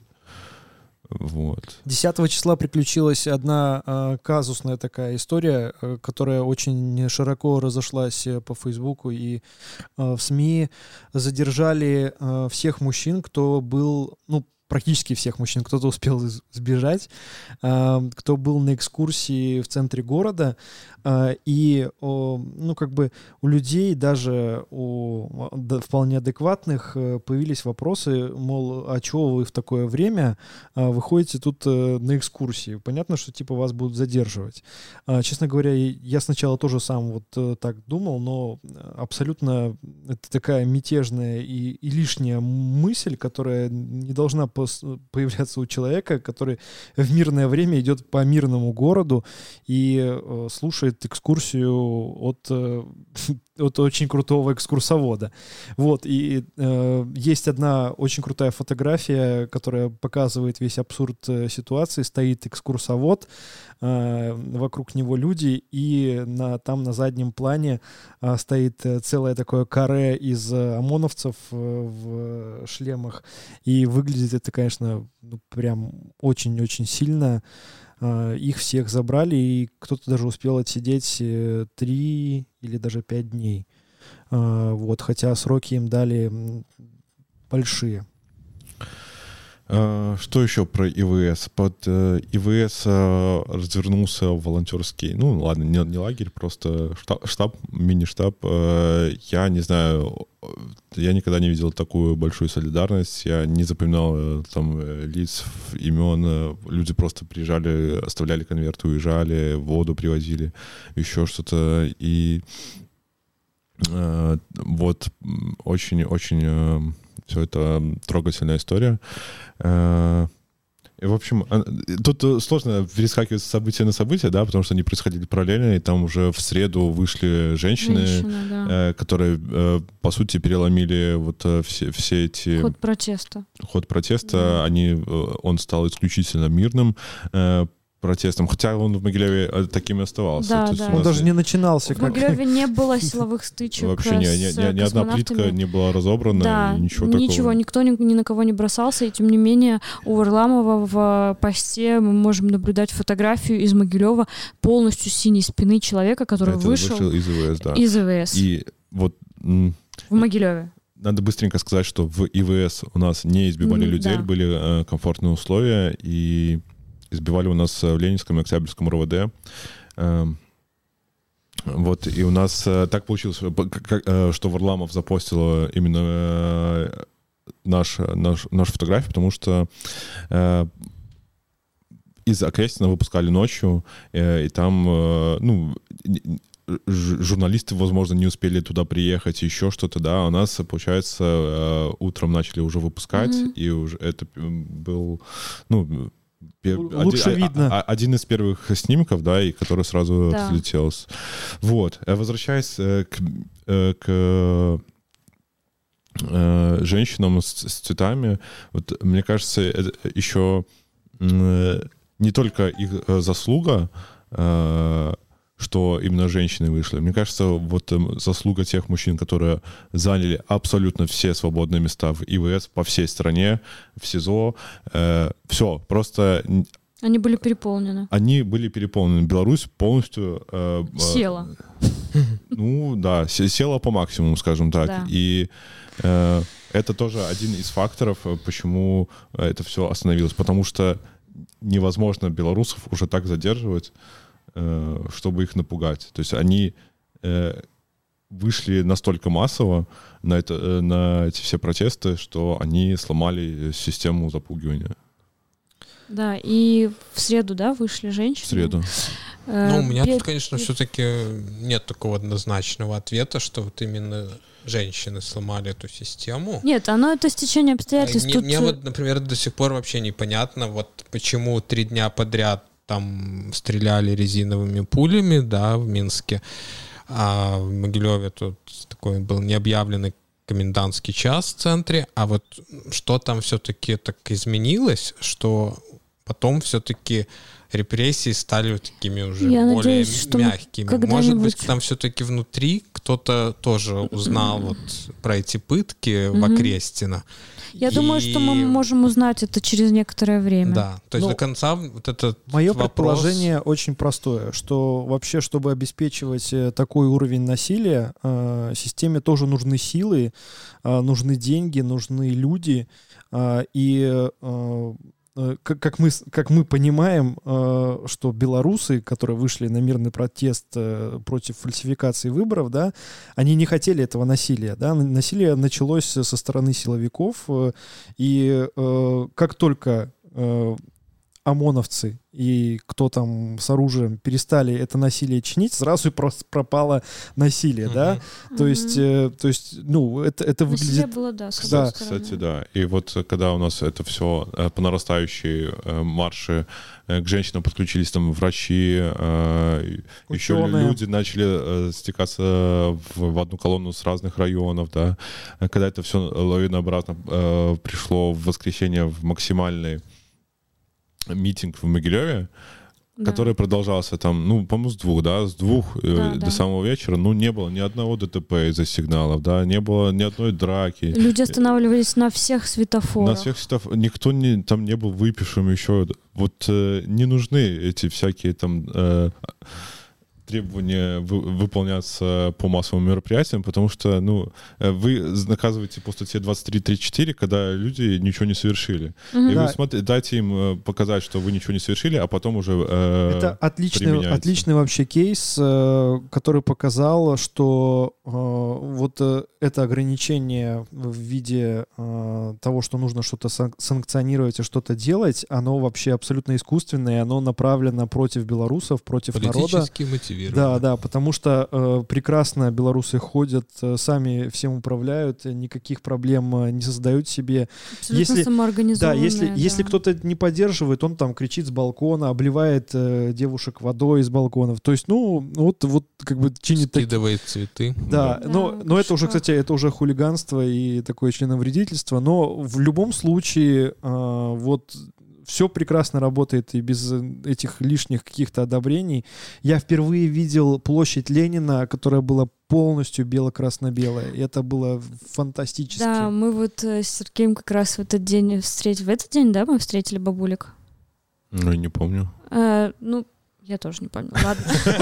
Вот. десятого числа приключилась одна э, казусная такая история, э, которая очень широко разошлась по Фейсбуку и э, в СМИ. Задержали э, всех мужчин, кто был, ну, практически всех мужчин, кто-то успел сбежать, кто был на экскурсии в центре города, и, ну, как бы у людей, даже у вполне адекватных, появились вопросы, мол, а чего вы в такое время выходите тут на экскурсии? Понятно, что, типа, вас будут задерживать. Честно говоря, я сначала тоже сам вот так думал, но абсолютно это такая мятежная и, и лишняя мысль, которая не должна появляться у человека, который в мирное время идет по мирному городу и э, слушает экскурсию от, э, от очень крутого экскурсовода. Вот, и э, есть одна очень крутая фотография, которая показывает весь абсурд ситуации. Стоит экскурсовод, э, вокруг него люди, и на, там на заднем плане э, стоит целое такое каре из ОМОНовцев э, в шлемах, и выглядит это, конечно, ну, прям очень-очень сильно. Uh, их всех забрали, и кто-то даже успел отсидеть три или даже пять дней. Uh, вот, хотя сроки им дали большие. Uh, что еще про ИВС? Под uh, ИВС uh, развернулся волонтерский, ну ладно, не, не лагерь, просто штаб, штаб мини-штаб. Uh, я не знаю, я никогда не видел такую большую солидарность, я не запоминал там лиц, имен, люди просто приезжали, оставляли конверты, уезжали, воду привозили, еще что-то, и uh, вот очень-очень uh, все это трогательная история. И, в общем, тут сложно перескакивать с события на события, да, потому что они происходили параллельно, и там уже в среду вышли женщины, Женщина, да. которые, по сути, переломили вот все, все эти... Ход протеста. Ход протеста. Да. Они, он стал исключительно мирным протестом, хотя он в Могилеве таким и оставался. Да, То есть да. Он даже не начинался. В как... Могилеве не было силовых стычек. Вообще ни, ни, ни одна плитка не была разобрана, да, ничего, ничего такого. Никто ни, ни на кого не бросался, и тем не менее у Варламова в посте мы можем наблюдать фотографию из Могилева полностью синей спины человека, который Это вышел, вышел из ИВС, да. из ИВС. И вот... В Могилеве. Надо быстренько сказать, что в ИВС у нас не избивали Mm, людей, да. были э, комфортные условия, и избивали у нас в Ленинском и Октябрьском РОВД. Э, вот, и у нас э, так получилось, э, что Варламов запостил именно э, наш, наш, нашу фотографию, потому что э, из Окрестина выпускали ночью, э, и там, э, ну, журналисты, возможно, не успели туда приехать, еще что-то, да, у нас, получается, утром начали уже выпускать, mm-hmm. и уже это был, ну, лучше один, видно. Один из первых снимков, да, и который сразу да. взлетел. Вот. Возвращаясь к, к женщинам с, с цветами, вот, мне кажется, это еще не только их заслуга, что именно женщины вышли. Мне кажется, вот заслуга тех мужчин, которые заняли абсолютно все свободные места в ИВС по всей стране, в СИЗО. Э, все, просто... Они были переполнены. Они были переполнены. Беларусь полностью... Э, села. Э, ну, да, села по максимуму, скажем так. Да. И э, это тоже один из факторов, почему это все остановилось. Потому что невозможно белорусов уже так задерживать, чтобы их напугать. То есть они... Э, вышли настолько массово на, это, на эти все протесты, что они сломали систему запугивания. Да, и в среду, да, вышли женщины. В среду. Ну, у меня тут, конечно, все-таки нет такого однозначного ответа, что вот именно женщины сломали эту систему. Нет, оно это стечение обстоятельств. Мне, тут... мне вот, например, до сих пор вообще непонятно, вот почему три дня подряд там стреляли резиновыми пулями, да, в Минске, а в Могилеве тут такой был необъявленный комендантский час в центре, а вот что там все-таки так изменилось, что потом все-таки репрессии стали вот такими уже Я более надеюсь, что мягкими. Может быть, когда-нибудь... там все-таки внутри кто-то тоже узнал вот про эти пытки в Окрестино. Я И... думаю, что мы можем узнать это через некоторое время. Да, то есть Но до конца вот этот Мое вопрос... предположение очень простое, что вообще, чтобы обеспечивать э, такой уровень насилия, э, системе тоже нужны силы, э, нужны деньги, нужны люди, э, и э, Как, как, мы, как мы понимаем, э, что белорусы, которые вышли на мирный протест э, против фальсификации выборов, да, они не хотели этого насилия. Да? Насилие началось со стороны силовиков, э, и э, как только э, ОМОНовцы и кто там с оружием перестали это насилие чинить, сразу и просто пропало насилие, mm-hmm. да? Mm-hmm. То есть, э, то есть, ну, это, это насилие выглядит... было, да, с да. Кстати, да. И вот когда у нас это все э, по нарастающей э, марше э, к женщинам подключились там врачи, э, еще люди начали э, стекаться в, в одну колонну с разных районов, да. Когда это все лавинообразно э, пришло в воскресенье в максимальный митинг в Могилеве, да. который продолжался там, ну, по-моему, с двух, да, с двух да, э, до да. самого вечера, ну, не было ни одного ДТП из-за сигналов, да, не было ни одной драки. Люди останавливались на всех светофорах. На всех светофорах. Никто не, там не был выпившим еще. Вот э, не нужны эти всякие там... Э, требования вы, выполняться по массовым мероприятиям, потому что, ну, вы наказываете по статье двадцать три тридцать четыре, когда люди ничего не совершили. Mm-hmm. И да. вы смотри, дайте им показать, что вы ничего не совершили, а потом уже э, Это отличный, отличный вообще кейс, э, который показал, что э, вот э, это ограничение в виде э, того, что нужно что-то сан- санкционировать и что-то делать, оно вообще абсолютно искусственное, оно направлено против белорусов, против народа. Мотивировано. Да, да, потому что э, прекрасно белорусы ходят, э, сами всем управляют, никаких проблем э, не создают себе. Абсолютно если, самоорганизованные. Да, если, да. если кто-то не поддерживает, он там кричит с балкона, обливает э, девушек водой из балконов. То есть, ну, вот, вот как бы чинит... Скидывает так... цветы. Да, да но, но это уже, кстати, это уже хулиганство и такое членовредительство, но в любом случае э, вот... Все прекрасно работает и без этих лишних каких-то одобрений. Я впервые видел площадь Ленина, которая была полностью бело-красно-белая. И это было фантастически. Да, мы вот с Сергеем как раз в этот день встретили. В этот день, да, мы встретили бабулек? Ну, не помню. А, ну, я тоже не помню. Ладно.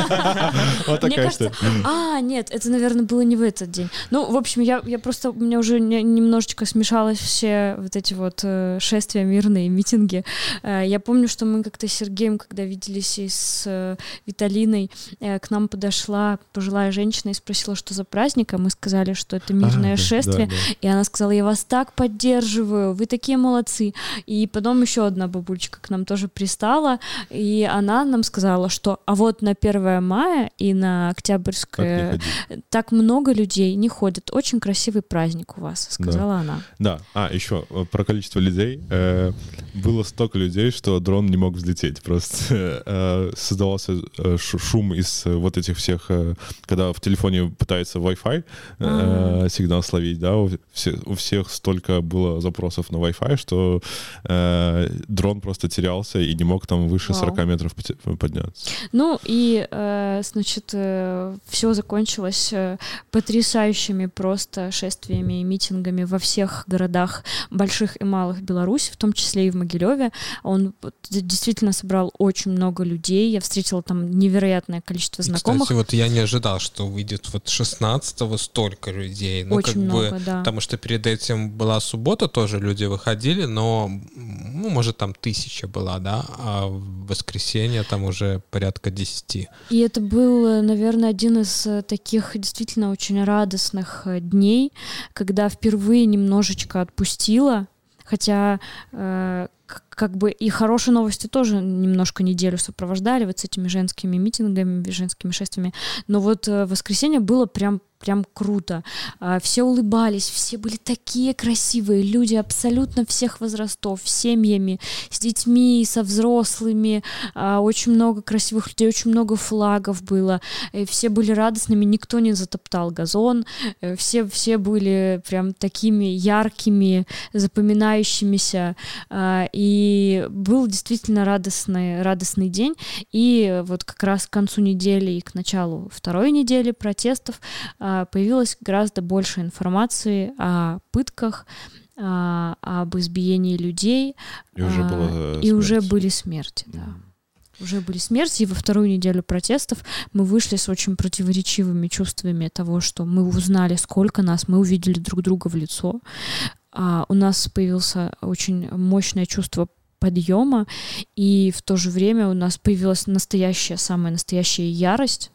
Вот такая что. А, нет, это, наверное, было не в этот день. Ну, в общем, я, я просто... У меня уже немножечко смешалось все вот эти вот э, шествия мирные, митинги. Э, я помню, что мы как-то с Сергеем, когда виделись и с э, Виталиной, э, к нам подошла пожилая женщина и спросила, что за праздник, а мы сказали, что это мирное а, шествие. Да, да. И она сказала, я вас так поддерживаю, вы такие молодцы. И потом еще одна бабульчика к нам тоже пристала, и она нам сказала, что а вот на первое мая и на Октябрьское так много людей не ходят. Очень красивый праздник у вас, сказала да. она. Да. А, еще про количество людей. Э, было столько людей, что дрон не мог взлететь. Просто э, создавался э, шум из вот этих всех, э, когда в телефоне пытается Wi-Fi э, сигнал словить, да, у, все, у всех столько было запросов на Wi-Fi, что э, дрон просто терялся и не мог там выше Вау. сорок метров подняться. Ну и, э, значит, э, все закончилось э, потрясающими просто шествиями и митингами во всех городах больших и малых Беларуси, в том числе и в Могилеве. Он действительно собрал очень много людей. Я встретила там невероятное количество знакомых. Кстати, вот я не ожидал, что выйдет вот шестнадцатого столько людей. Ну, очень как много, бы, да. Потому что перед этим была суббота, тоже люди выходили, но, ну, может, там тысяча была, да, а в воскресенье там уже уже порядка десяти. И это был, наверное, один из таких действительно очень радостных дней, когда впервые немножечко отпустила, хотя э, как бы и хорошие новости тоже немножко неделю сопровождали вот с этими женскими митингами, женскими шествиями, но вот э, воскресенье было прям прям круто. А, все улыбались, все были такие красивые, люди абсолютно всех возрастов, с семьями, с детьми, со взрослыми, а, очень много красивых людей, очень много флагов было, и все были радостными, никто не затоптал газон, все, все были прям такими яркими, запоминающимися, а, и был действительно радостный, радостный день, и вот как раз к концу недели и к началу второй недели протестов появилось гораздо больше информации о пытках, о, об избиении людей. И уже, было и уже были смерти, да. Mm. Уже были смерти, и во вторую неделю протестов мы вышли с очень противоречивыми чувствами того, что мы узнали, сколько нас, мы увидели друг друга в лицо. А у нас появилось очень мощное чувство подъема, и в то же время у нас появилась настоящая, самая настоящая ярость,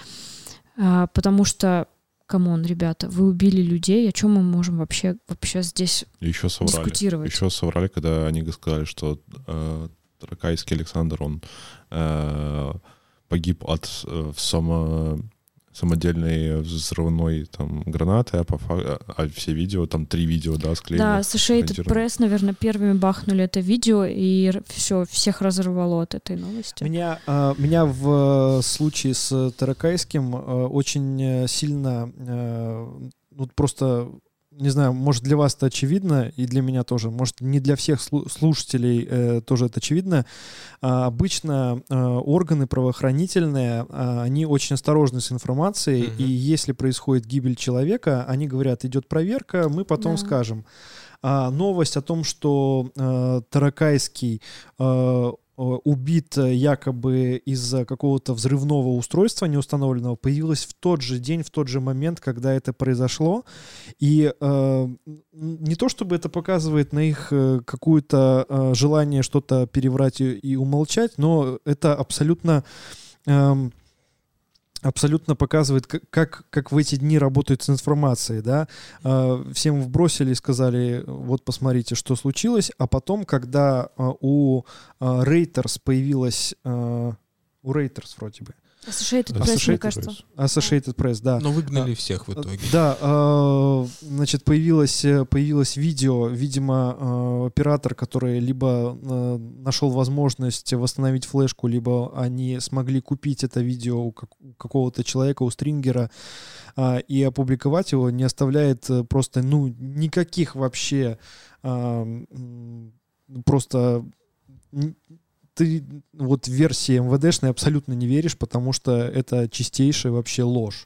потому что камон, ребята, вы убили людей, о чем мы можем вообще, вообще здесь еще соврали. дискутировать? Еще соврали, когда они сказали, что э, Таракайский Александр, он э, погиб от э, само, самодельной взрывной там, гранаты, а, по фа- а все видео, там три видео, да, склеены. Да, Associated Press, наверное, первыми бахнули это видео, и все, всех разорвало от этой новости. Меня, э, меня в случае с Таракайским э, очень сильно, э, ну, просто, не знаю, может, для вас это очевидно, и для меня тоже, может, не для всех слушателей э, тоже это очевидно. А, обычно э, органы правоохранительные, э, они очень осторожны с информацией, mm-hmm. и если происходит гибель человека, они говорят, идет проверка, мы потом да. скажем. А, новость о том, что э, Таракайский э, убит якобы из-за какого-то взрывного устройства неустановленного, появилась в тот же день, в тот же момент, когда это произошло. И э, не то чтобы это показывает на их э, какое-то э, желание что-то переврать и, и умолчать, но это абсолютно... Э, абсолютно показывает, как, как в эти дни работают с информацией, да. Всем вбросили и сказали, вот посмотрите, что случилось, а потом, когда у Reuters появилась, у Reuters вроде бы, Associated Press, Associated мне кажется. Associated Press, да. Но выгнали а, всех в итоге. Да, э, значит, появилось, появилось видео, видимо, э, оператор, который либо э, нашел возможность восстановить флешку, либо они смогли купить это видео у, как, у какого-то человека, у стрингера, э, и опубликовать его, не оставляет просто, ну, никаких вообще э, просто... Ты вот в версии эм вэ дэшной абсолютно не веришь, потому что это чистейшая вообще ложь.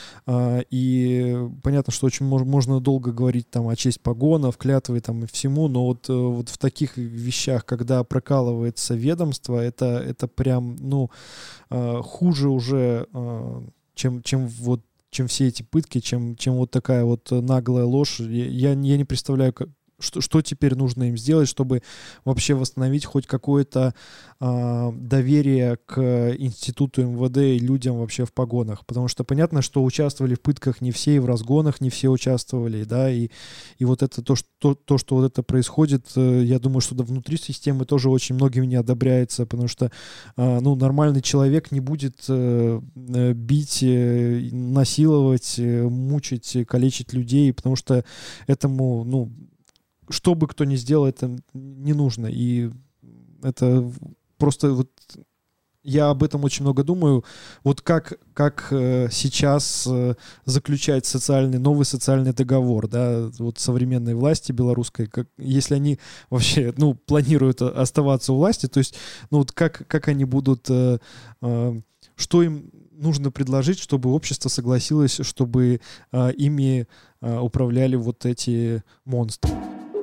И понятно, что очень мож, можно долго говорить там о честь погонов, клятвы там и всему, но вот, вот в таких вещах, когда прокалывается ведомство, это, это прям, ну, хуже уже, чем, чем вот чем все эти пытки, чем, чем вот такая вот наглая ложь. Я, я не представляю, как Что, что теперь нужно им сделать, чтобы вообще восстановить хоть какое-то э, доверие к институту эм вэ дэ и людям вообще в погонах? Потому что понятно, что участвовали в пытках не все, и в разгонах не все участвовали, да, и, и вот это то что, то, что вот это происходит, э, я думаю, что внутри системы тоже очень многими не одобряется, потому что, э, ну, нормальный человек не будет э, бить, э, насиловать, э, мучить, калечить людей, потому что этому, ну, что бы кто ни сделал, это не нужно. И это просто вот я об этом очень много думаю. Вот как, как э, сейчас э, заключать социальный, новый социальный договор, да, вот современной власти белорусской, как, если они вообще, ну, планируют оставаться у власти, то есть, ну, вот как, как они будут, э, э, что им нужно предложить, чтобы общество согласилось, чтобы э, ими э, управляли вот эти монстры.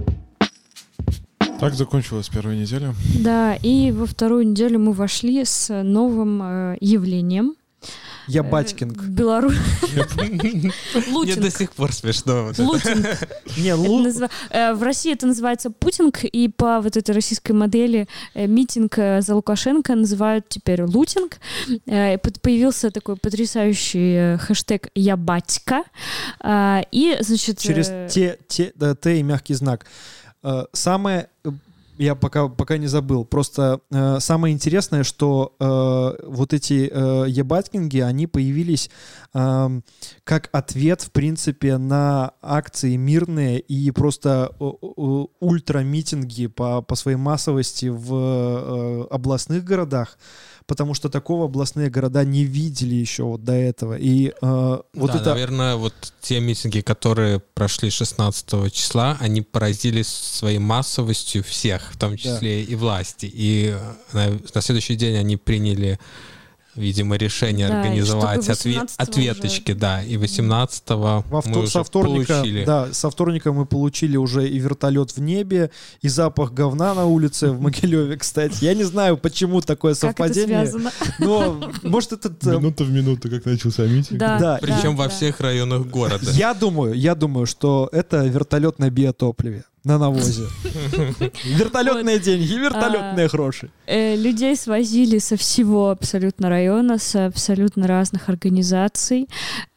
Так закончилась первая неделя. Да, и во вторую неделю мы вошли с новым э, явлением. Я батькинг. Беларусь. Мне до сих пор смешно. Лутинг. Не, лу... Назва... В России это называется путинг, и по вот этой российской модели митинг за Лукашенко называют теперь лутинг. Появился такой потрясающий хэштег «Я батька». И, значит... Через те, те, да, Т и мягкий знак. Самое... Я пока, пока не забыл. Просто э, самое интересное, что э, вот эти э, ебаткинги, они появились э, как ответ, в принципе, на акции мирные и просто э, э, ультрамитинги по, по своей массовости в э, областных городах, потому что такого областные города не видели еще вот до этого. И э, вот да, это... наверное, вот те митинги, которые прошли шестнадцатого числа, они поразили своей массовостью всех, в том числе да. и власти. И на, на следующий день они приняли, видимо, решение да, организовать отве- ответочки, уже... да, и восемнадцатого Во мы втор- уже со вторника, получили. Да, со вторника мы получили уже и вертолет в небе, и запах говна на улице в Могилеве, кстати. Я не знаю, почему такое совпадение. Как это связано? Но, может, этот... Минута в минуту, как начался митинг. Да, да. Причем да, во да. всех районах города. Я думаю, я думаю, что это вертолет на биотопливе. На навозе. Вертолетные деньги, вертолетные гроши. Людей свозили со всего абсолютно района, с абсолютно разных организаций.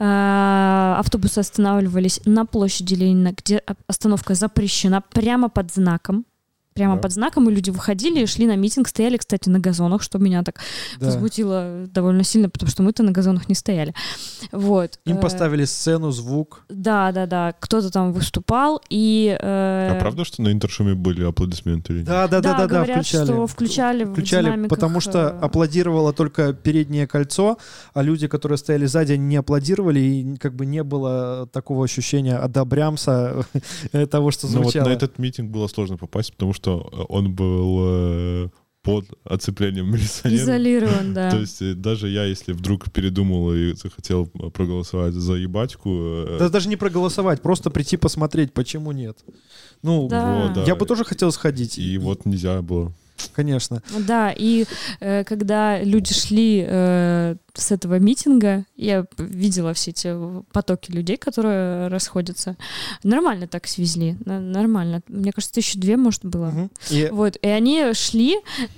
Автобусы останавливались на площади Ленина, где остановка запрещена, прямо под знаком. Прямо да. под знаком, и люди выходили и шли на митинг, стояли, кстати, на газонах, что меня так да. возмутило довольно сильно, потому что мы-то на газонах не стояли. Вот. Им поставили сцену, звук. Да, да, да. Кто-то там выступал, и... Э... А правда, что на интершуме были аплодисменты? Или нет? Да, да, да, да, да, говорят, включали. что включали, включали в динамиках... Потому что аплодировало только переднее кольцо, а люди, которые стояли сзади, они не аплодировали, и как бы не было такого ощущения одобрямса того, что звучало. Ну вот на этот митинг было сложно попасть, потому что он был э, под оцеплением милиционеров. Изолирован, да. То есть даже я, если вдруг передумал и захотел проголосовать за ебатьку... Э... Да даже не проголосовать, просто прийти посмотреть, почему нет. Ну, да. вот, да. Я бы тоже хотел сходить. И вот нельзя было. Конечно. Да, и э, когда люди шли э, с этого митинга, я видела все эти потоки людей, которые расходятся. Нормально так свезли, нормально. Мне кажется, тысячи две, может, было. Угу. И... Вот, и они шли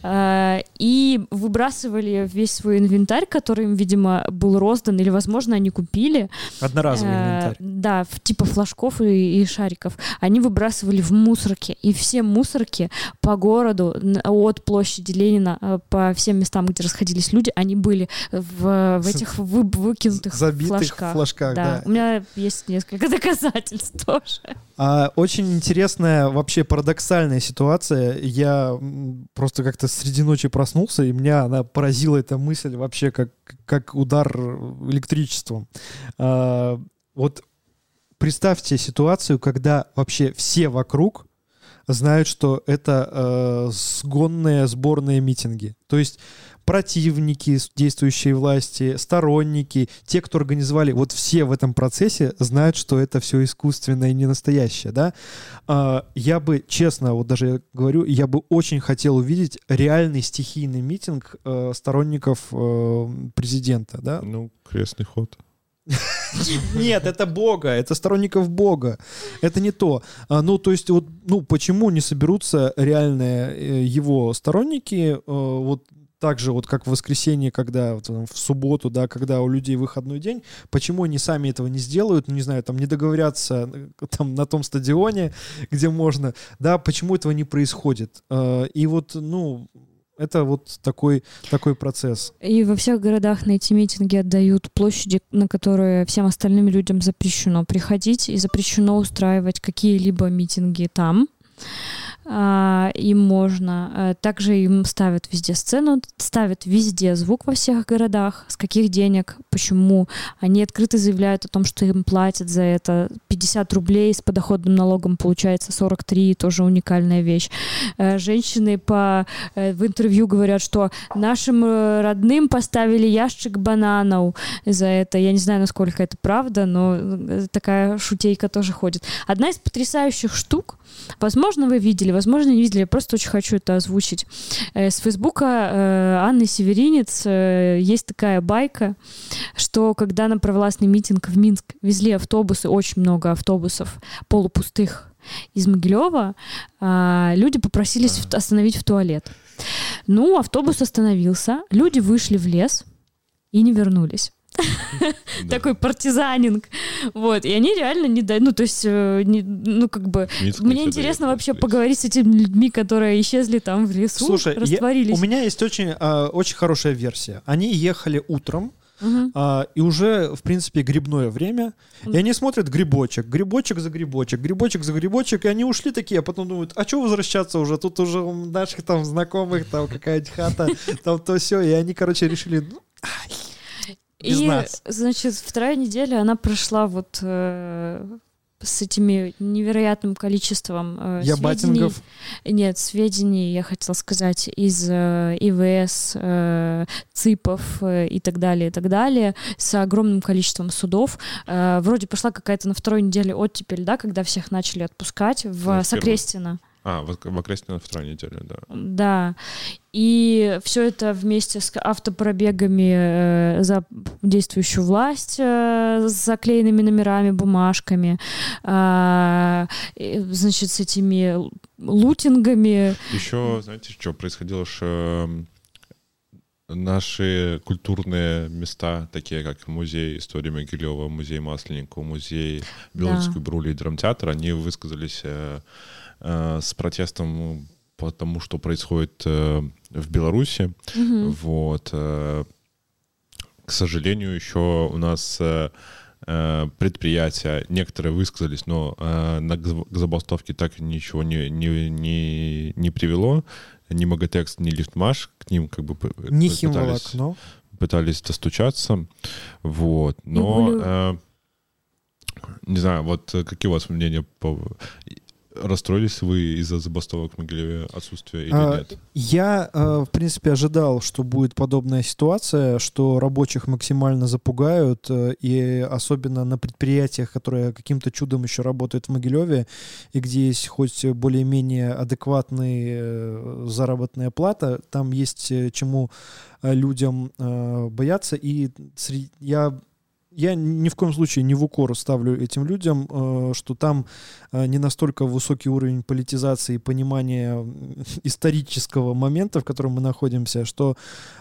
э, и выбрасывали весь свой инвентарь, который им, видимо, был роздан, или, возможно, они купили. Одноразовый э, инвентарь. Да, типа флажков и, и шариков. Они выбрасывали в мусорки, и все мусорки по городу, от площади Ленина по всем местам, где расходились люди, они были в, в этих вы, выкинутых забитых флажках. флажках да. Да. У меня есть несколько доказательств тоже. А, очень интересная, вообще парадоксальная ситуация. Я просто как-то среди ночи проснулся, и меня она поразила эта мысль вообще как, как удар электричеством. А, вот представьте ситуацию, когда вообще все вокруг знают, что это э, сгонные сборные митинги. То есть противники действующей власти, сторонники, те, кто организовали, вот все в этом процессе знают, что это все искусственное и не настоящее, да. Э, я бы, честно, вот даже говорю, я бы очень хотел увидеть реальный стихийный митинг э, сторонников э, президента, да. Ну, крестный ход. Нет, это Бога, это сторонников Бога. Это не то. А, ну, то есть, вот, ну, почему не соберутся реальные э, его сторонники, э, вот так же, вот как в воскресенье, когда вот, в субботу, да, когда у людей выходной день, почему они сами этого не сделают, ну, не знаю, там, не договорятся там на том стадионе, где можно, да, почему этого не происходит? Э, и вот, ну... Это вот такой, такой процесс. И во всех городах на эти митинги отдают площади, на которые всем остальным людям запрещено приходить и запрещено устраивать какие-либо митинги там. Им можно. Также им ставят везде сцену, ставят везде звук во всех городах. С каких денег, почему. Они открыто заявляют о том, что им платят за это пятьдесят рублей, с подоходным налогом получается сорок три, тоже уникальная вещь. Женщины по, в интервью говорят, что нашим родным поставили ящик бананов за это. Я не знаю, насколько это правда, но такая шутейка тоже ходит. Одна из потрясающих штук, Возможно, вы видели, возможно, не видели. Я просто очень хочу это озвучить. С Фейсбука Анны Северинец есть такая байка, что когда на провластный митинг в Минск везли автобусы, очень много автобусов полупустых из Могилева, люди попросились остановить в туалет. Ну, автобус остановился, люди вышли в лес и не вернулись. Да. Такой партизанинг. Вот. И они реально не дают. Ну, то есть, не, ну, как бы. Минск мне интересно вообще поговорить с этими людьми, которые исчезли там в лесу. Слушай, растворились. Я, у меня есть очень, э, очень хорошая версия. Они ехали утром, uh-huh. э, и уже, в принципе, грибное время. И они смотрят грибочек, грибочек за грибочек, грибочек за грибочек, и они ушли такие, а потом думают, а что возвращаться уже? Тут уже у наших там знакомых, там какая-нибудь хата, там то все. И они, короче, решили, ну, ай. Без и, нас. Значит, вторая неделя, она прошла вот э, с этими невероятным количеством э, я сведений. батингов. Нет, сведений, я хотела сказать, из э, ИВС, э, ЦИПов э, и так далее, и так далее, с огромным количеством судов. Э, вроде пошла какая-то на второй неделе оттепель, да, когда всех начали отпускать в ну, Сокрестино. А, в, в Окрестино второй неделе, да. Да. И все это вместе с автопробегами э, за действующую власть, э, с заклеенными номерами, бумажками, э, значит, с этими лутингами. Еще, знаете, что происходило, что наши культурные места, такие как музей истории Могилева, музей Масленникова, музей Белорусской да. Брули и драмтеатр, они высказались э, э, с протестом по тому, что происходит э, в Беларуси. Mm-hmm. Вот. Э, к сожалению, еще у нас э, предприятия, некоторые высказались, но э, на, к забастовке так ничего не, не, не, не привело. Ни Маготекст, ни Лифтмаш к ним как бы не пытались, химволокно. пытались достучаться. Вот. Но э, не знаю, вот какие у вас мнения по... Расстроились вы из-за забастовок в Могилеве, отсутствия или а, нет? Я, в принципе, ожидал, что будет подобная ситуация, что рабочих максимально запугают, и особенно на предприятиях, которые каким-то чудом еще работают в Могилеве, и где есть хоть более-менее адекватная заработная плата, там есть чему людям бояться, и я... Я ни в коем случае не в укор ставлю этим людям, что там не настолько высокий уровень политизации и понимания исторического момента, в котором мы находимся, что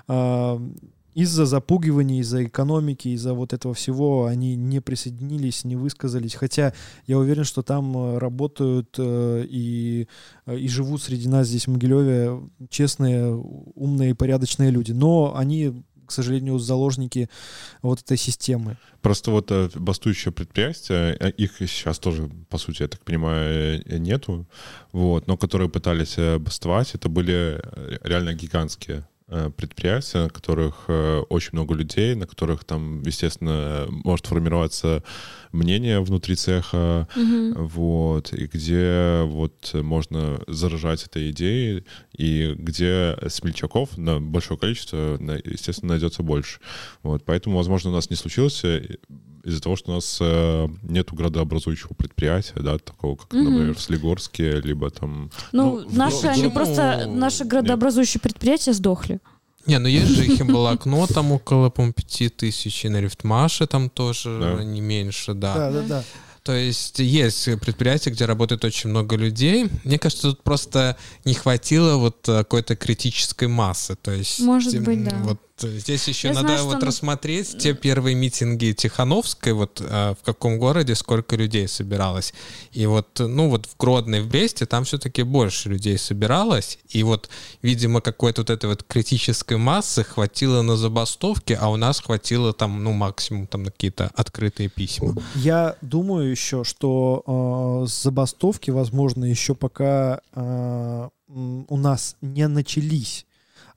из-за запугиваний, из-за экономики, из-за вот этого всего они не присоединились, не высказались. Хотя я уверен, что там работают и, и живут среди нас здесь в Могилеве честные, умные и порядочные люди. Но они... к сожалению, заложники вот этой системы. Просто вот бастующие предприятия, их сейчас тоже, по сути, я так понимаю, нету, вот, но которые пытались бастовать, это были реально гигантские предприятия, на которых очень много людей, на которых там, естественно, может формироваться мнение внутри цеха, mm-hmm. вот, и где вот можно заражать этой идеей, и где смельчаков на большое количество, естественно, найдется больше. Вот, поэтому, возможно, у нас не случилось из-за того, что у нас э, нету градообразующего предприятия, да, такого, как, mm-hmm. например, в Слигорске, либо там... Ну, ну наши, они ну, просто, ну, наши градообразующие нет. предприятия сдохли. Не, ну есть же химволокно, там около, по-моему, пяти тысяч, и на Рифтмаше там тоже да. не меньше, да. Да, да, да. То есть есть предприятия, где работает очень много людей. Мне кажется, тут просто не хватило вот какой-то критической массы. То есть, может быть, да. Вот здесь еще Я надо знаю, вот что... рассмотреть те первые митинги Тихановской, вот в каком городе сколько людей собиралось. И вот, ну вот в Гродно, в Бресте там все-таки больше людей собиралось. И вот, видимо, какой-то вот этой вот критической массы хватило на забастовки, а у нас хватило там, ну, максимум там на какие-то открытые письма. Я думаю еще, что э, забастовки, возможно, еще пока э, у нас не начались.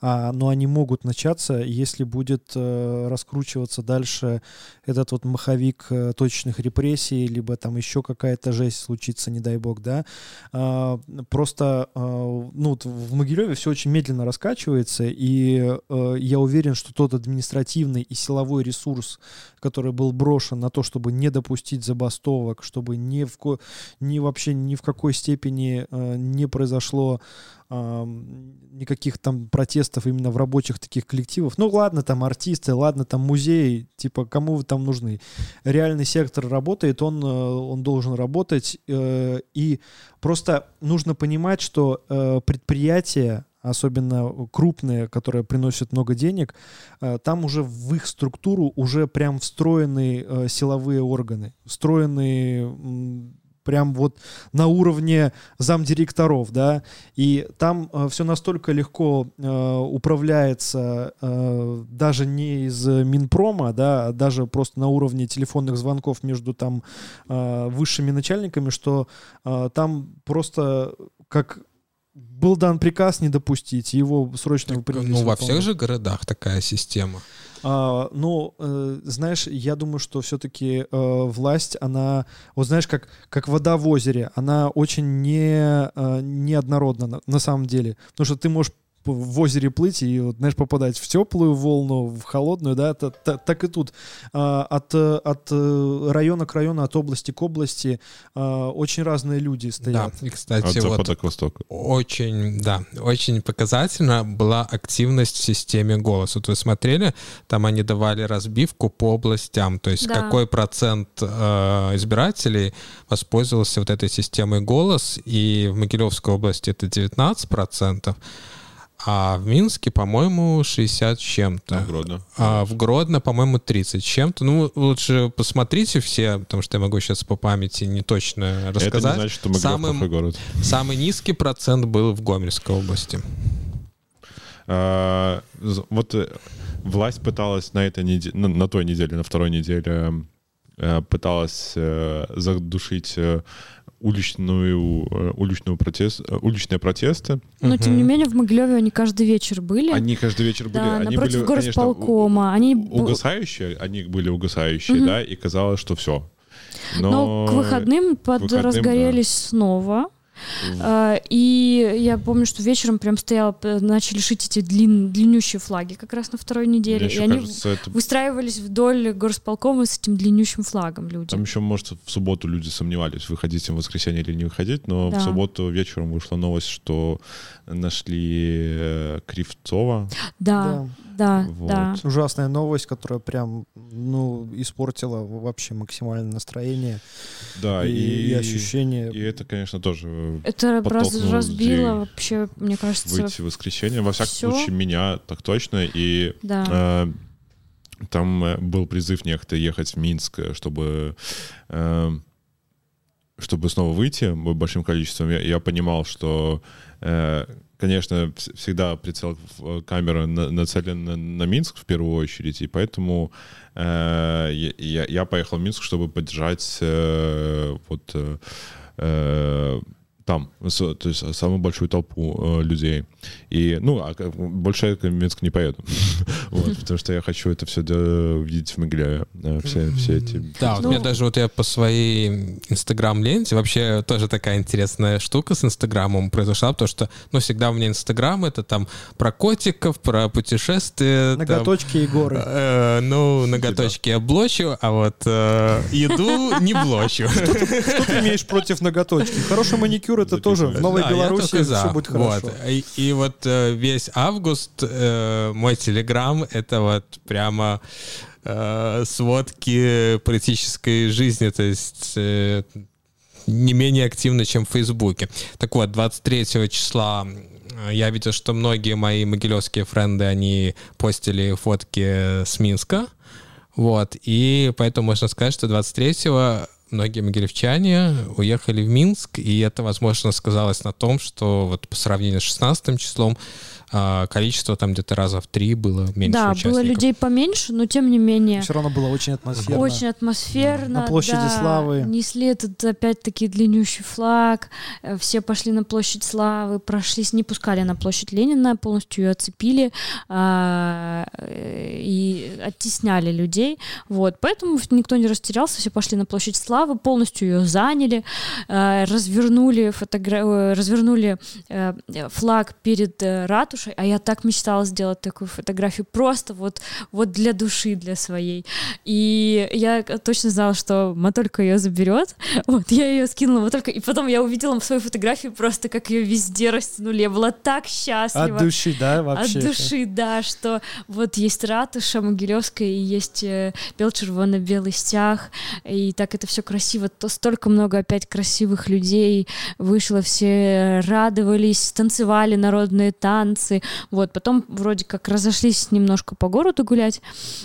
а, но они могут начаться, если будет э, раскручиваться дальше этот вот маховик э, точечных репрессий, либо там еще какая-то жесть случится, не дай бог, да. А, просто, а, ну, в Могилеве все очень медленно раскачивается, и а, я уверен, что тот административный и силовой ресурс, который был брошен на то, чтобы не допустить забастовок, чтобы ни, в ко... ни вообще ни в какой степени а, не произошло а, никаких там протестов именно в рабочих таких коллективов. Ну ладно, там артисты, ладно, там музеи, типа кому вы там нужны. Реальный сектор работает, он, он должен работать, э, и просто нужно понимать, что э, предприятия, особенно крупные, которые приносят много денег, э, там уже в их структуру уже прям встроены э, силовые органы, встроены м, прям вот на уровне замдиректоров, да, и там э, все настолько легко э, управляется э, даже не из Минпрома, да, а даже просто на уровне телефонных звонков между там э, высшими начальниками, что э, там просто как был дан приказ не допустить, его срочно выполнять. Ну, во всех же городах такая система. А, ну, э, знаешь, я думаю, что все-таки э, власть, она, вот знаешь, как, как вода в озере, она очень не, э, неоднородна на, на самом деле. Потому что ты можешь в озере плыть и, вот, знаешь, попадать в теплую волну, в холодную, да, та, та, так и тут. А, от, от района к району, от области к области а, очень разные люди стоят. Да, и, кстати, от запада вот к востоку. Очень, да, очень показательно была активность в системе «Голос». Вот вы смотрели, там они давали разбивку по областям, то есть да. какой процент э, избирателей воспользовался вот этой системой «Голос», и в Могилевской области это девятнадцать процентов, а в Минске, по-моему, шестьдесят с чем-то. А в Гродно? А в Гродно, по-моему, тридцать с чем-то. Ну, лучше посмотрите все, потому что я могу сейчас по памяти не точно рассказать. Это не значит, что Могилев самый, плохой город. Самый низкий процент был в Гомельской области. А, вот власть пыталась на этой неделе, на, на той неделе, на второй неделе пыталась задушить уличную, уличную протест, уличные протесты. Но, тем не менее, в Могилеве они каждый вечер были. Они каждый вечер были. Да, они напротив были, горосполкома. Конечно, они... угасающие, они были угасающие, угу. да, и казалось, что все. Но, Но к выходным подразгорелись да. снова. Uh, и я помню, что вечером прям стоял, начали шить эти длин, длиннющие флаги как раз на второй неделе. Мне и они кажется, это... выстраивались вдоль горосполкома с этим длиннющим флагом люди. Там еще, может, в субботу люди сомневались, выходить им в воскресенье или не выходить, но да. в субботу вечером вышла новость, что нашли Кривцова. Да, да, вот. да. Ужасная новость, которая прям, ну, испортила вообще максимальное настроение да, и, и, и ощущение. И это, конечно, тоже это разбило вообще, мне кажется, выйти в воскресенье. Во всяком всё. случае, меня так точно. И да. э, там был призыв некто ехать в Минск, чтобы... Э, чтобы снова выйти большим количеством. Я, я понимал, что, э, конечно, всегда прицел камеры на, нацелен на, на Минск в первую очередь, и поэтому э, я, я поехал в Минск, чтобы поддержать э, вот э, там, то есть самую большую толпу э, людей. И, ну, а больше я в Минск не поеду. Вот, потому что я хочу это все увидеть в Могилеве. Все, все эти... Да, вот ну... мне даже вот я по своей инстаграм-ленте, вообще тоже такая интересная штука с инстаграмом произошла, потому что, ну, всегда у меня инстаграм — это там про котиков, про путешествия. Ноготочки там, и горы. Э, ну, ноготочки я блочу, а вот э, еду не блочу. Что ты имеешь против ноготочки? Хороший маникюр — это тоже в Новой да, Беларуси все будет хорошо. Вот. И, и вот э, весь август э, мой телеграм — это вот прямо э, сводки политической жизни, то есть э, не менее активно, чем в Фейсбуке. Так вот, двадцать третьего числа я видел, что многие мои могилевские френды, они постили фотки с Минска, вот, и поэтому можно сказать, что двадцать третьего многие могилевчане уехали в Минск, и это, возможно, сказалось на том, что вот по сравнению с шестнадцатым числом а, количество там где-то раза в три было меньше Да, участников. было людей поменьше, но тем не менее... Все равно было очень атмосферно. Очень атмосферно, На площади да. Славы. Несли этот, опять-таки, длиннющий флаг. Э, Все пошли на площадь Славы, прошлись, не пускали на площадь Ленина, полностью ее оцепили а, э, и оттесняли людей. Вот. Поэтому никто не растерялся, все пошли на площадь Славы, полностью ее заняли, э, развернули, фотогра... развернули э, флаг перед э, ратушей, а я так мечтала сделать такую фотографию, просто вот, вот для души, для своей. И я точно знала, что Матолька ее заберет. Вот, я ее скинула Матолька, и потом я увидела свою фотографию, просто как ее везде растянули. Я была так счастлива. От души, да, вообще? От души, да, что вот есть ратуша Могилевская, и есть э, бело-червоно-белый стяг, и так это все красиво. То столько много опять красивых людей вышло, все радовались, танцевали народные танцы. Вот, потом вроде как разошлись немножко по городу гулять.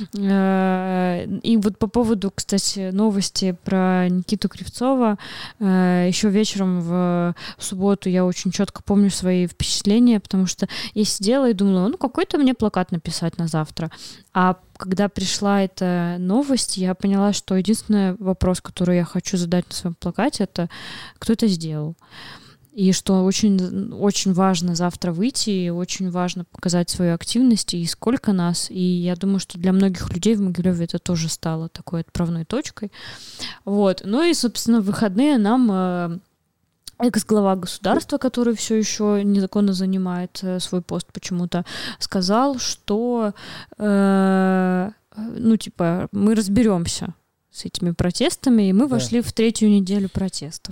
И вот по поводу, кстати, новости про Никиту Кривцова, еще вечером в субботу я очень четко помню свои впечатления, потому что я сидела и думала, ну какой-то мне плакат написать на завтра. А когда пришла эта новость, я поняла, что единственный вопрос, который я хочу задать на своем плакате, это кто это сделал. И что очень, очень важно завтра выйти, и очень важно показать свою активность, и сколько нас. И я думаю, что для многих людей в Могилеве это тоже стало такой отправной точкой. Вот. Ну и, собственно, в выходные нам э, экс-глава государства, который все еще незаконно занимает э, свой пост почему-то, сказал, что э, ну, типа, мы разберемся с этими протестами, и мы Да. вошли в третью неделю протестов.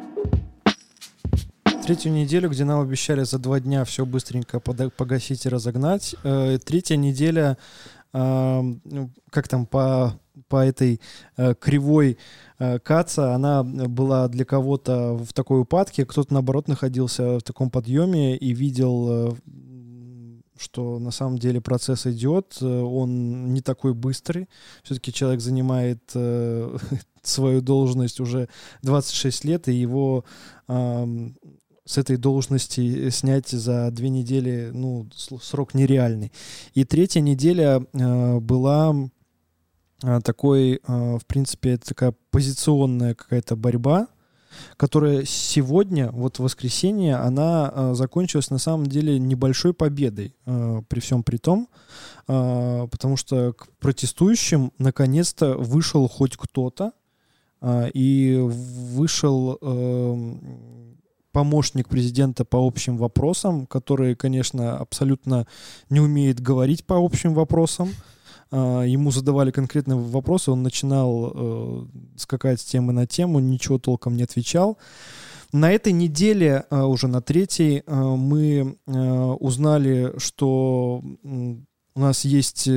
Третью неделю, где нам обещали за два дня все быстренько пода- погасить и разогнать. Э, третья неделя, э, ну, как там по, по этой э, кривой э, Каца, она была для кого-то в такой упадке, кто-то, наоборот, находился в таком подъеме и видел, э, что на самом деле процесс идет, э, он не такой быстрый. Все-таки человек занимает э, свою должность уже двадцать шесть лет, и его... Э, с этой должности снять за две недели, ну, срок нереальный. И третья неделя э, была э, такой, э, в принципе, это такая позиционная какая-то борьба, которая сегодня, вот в воскресенье, она э, закончилась на самом деле небольшой победой, э, при всем при том, э, потому что к протестующим наконец-то вышел хоть кто-то, э, и вышел... Э, помощник президента по общим вопросам, который, конечно, абсолютно не умеет говорить по общим вопросам. Ему задавали конкретные вопросы, он начинал скакать с темы на тему, ничего толком не отвечал. На этой неделе, уже на третьей, мы узнали, что у нас есть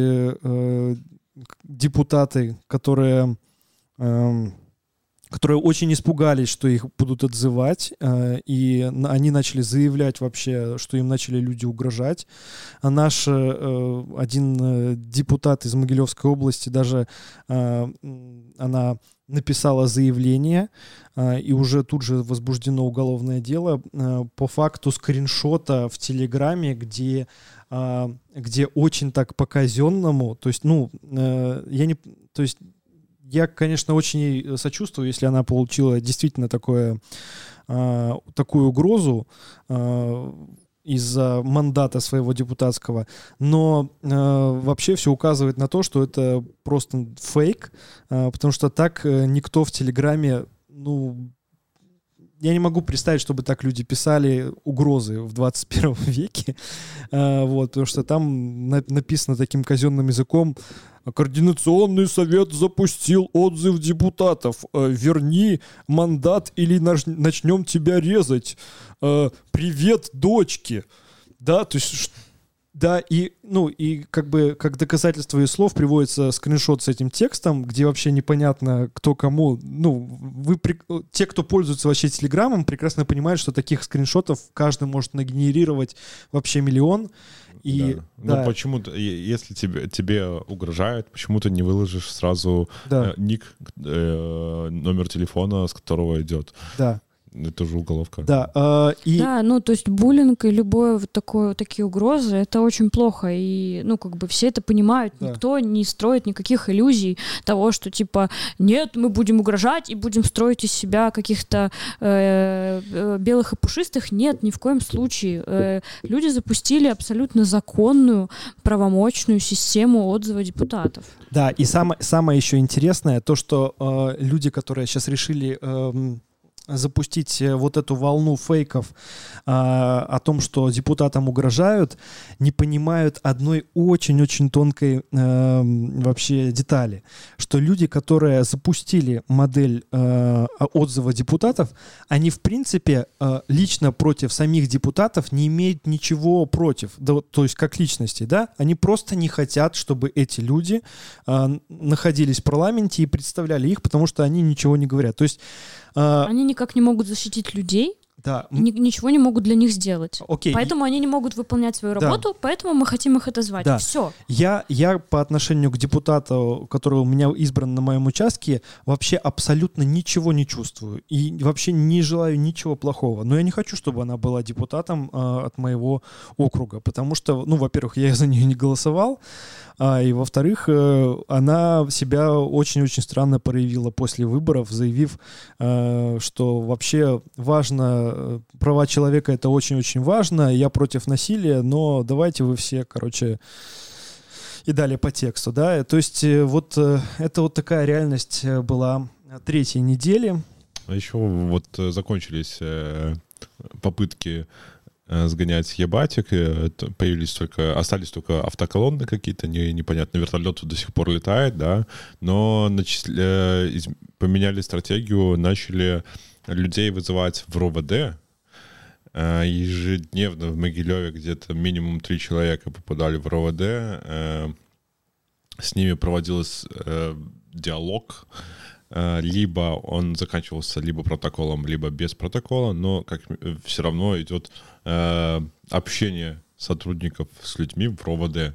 депутаты, которые... которые очень испугались, что их будут отзывать, э, и они начали заявлять вообще, что им начали люди угрожать. А наш э, один э, депутат из Могилевской области даже э, она написала заявление, э, и уже тут же возбуждено уголовное дело э, по факту скриншота в Телеграме, где, э, где очень так по-казенному, то есть, ну, э, я не... То есть я, конечно, очень ей сочувствую, если она получила действительно такое, э, такую угрозу э, из-за мандата своего депутатского, но э, вообще все указывает на то, что это просто фейк, э, потому что так э, никто в Телеграме, ну, я не могу представить, чтобы так люди писали угрозы в двадцать первом веке, э, вот, потому что там на- написано таким казенным языком: Координационный совет запустил отзыв депутатов. Э, верни мандат или наж- начнем тебя резать. Э, привет, дочки. Да, то есть, ш- да, и, ну, и как бы как доказательство ее слов приводится скриншот с этим текстом, где вообще непонятно, кто кому. Ну, вы, при- те, кто пользуется вообще Телеграмом, прекрасно понимают, что таких скриншотов каждый может нагенерировать вообще миллион. И, да. да. Ну, почему-то, е- если тебе, тебе угрожают, почему ты не выложишь сразу Да. э, ник, э, номер телефона, с которого идет? Да. Это уже уголовка. Да, э, и... да, ну то есть буллинг и любое вот такое, такие угрозы, это очень плохо. И, ну, как бы все это понимают, Да. никто не строит никаких иллюзий того, что типа нет, мы будем угрожать и будем строить из себя каких-то э, э, белых и пушистых. Нет, ни в коем случае. Э, люди запустили абсолютно законную, правомочную систему отзыва депутатов. Да, и самое, самое еще интересное, то, что э, люди, которые сейчас решили эм, запустить э, вот эту волну фейков э, о том, что депутатам угрожают, не понимают одной очень-очень тонкой э, вообще детали, что люди, которые запустили модель э, отзыва депутатов, они в принципе э, лично против самих депутатов не имеют ничего против, да, вот, то есть как личности, да, они просто не хотят, чтобы эти люди э, находились в парламенте и представляли их, потому что они ничего не говорят. То есть э, Они никак не могут защитить людей, да, и ни- ничего не могут для них сделать. окей. Поэтому они не могут выполнять свою Да. работу, поэтому мы хотим их отозвать. Да. Все. Я, я по отношению к депутату, который у меня избран на моем участке, вообще абсолютно ничего не чувствую. И вообще не желаю ничего плохого. Но я не хочу, чтобы она была депутатом э, от моего округа. Потому что, ну, во-первых, я за нее не голосовал. А, и, во-вторых, э, она себя очень-очень странно проявила после выборов, заявив, э, что вообще важно, э, права человека — это очень-очень важно, я против насилия, но давайте вы все, короче, и далее по тексту, да. То есть э, вот э, это вот такая реальность э, была третьей недели. А еще вот э, закончились э, попытки э, сгонять ебатик, э, это появились только, остались только автоколонны какие-то, не, непонятно, вертолет до сих пор летает, да, но начис- э, из- поменяли стратегию, начали людей вызывать в РОВД. Э, ежедневно в Могилеве где-то минимум три человека попадали в РОВД. Э, с ними проводился э, диалог. Э, либо он заканчивался либо протоколом, либо без протокола, но как э, все равно идет э, общение сотрудников с людьми в РОВД.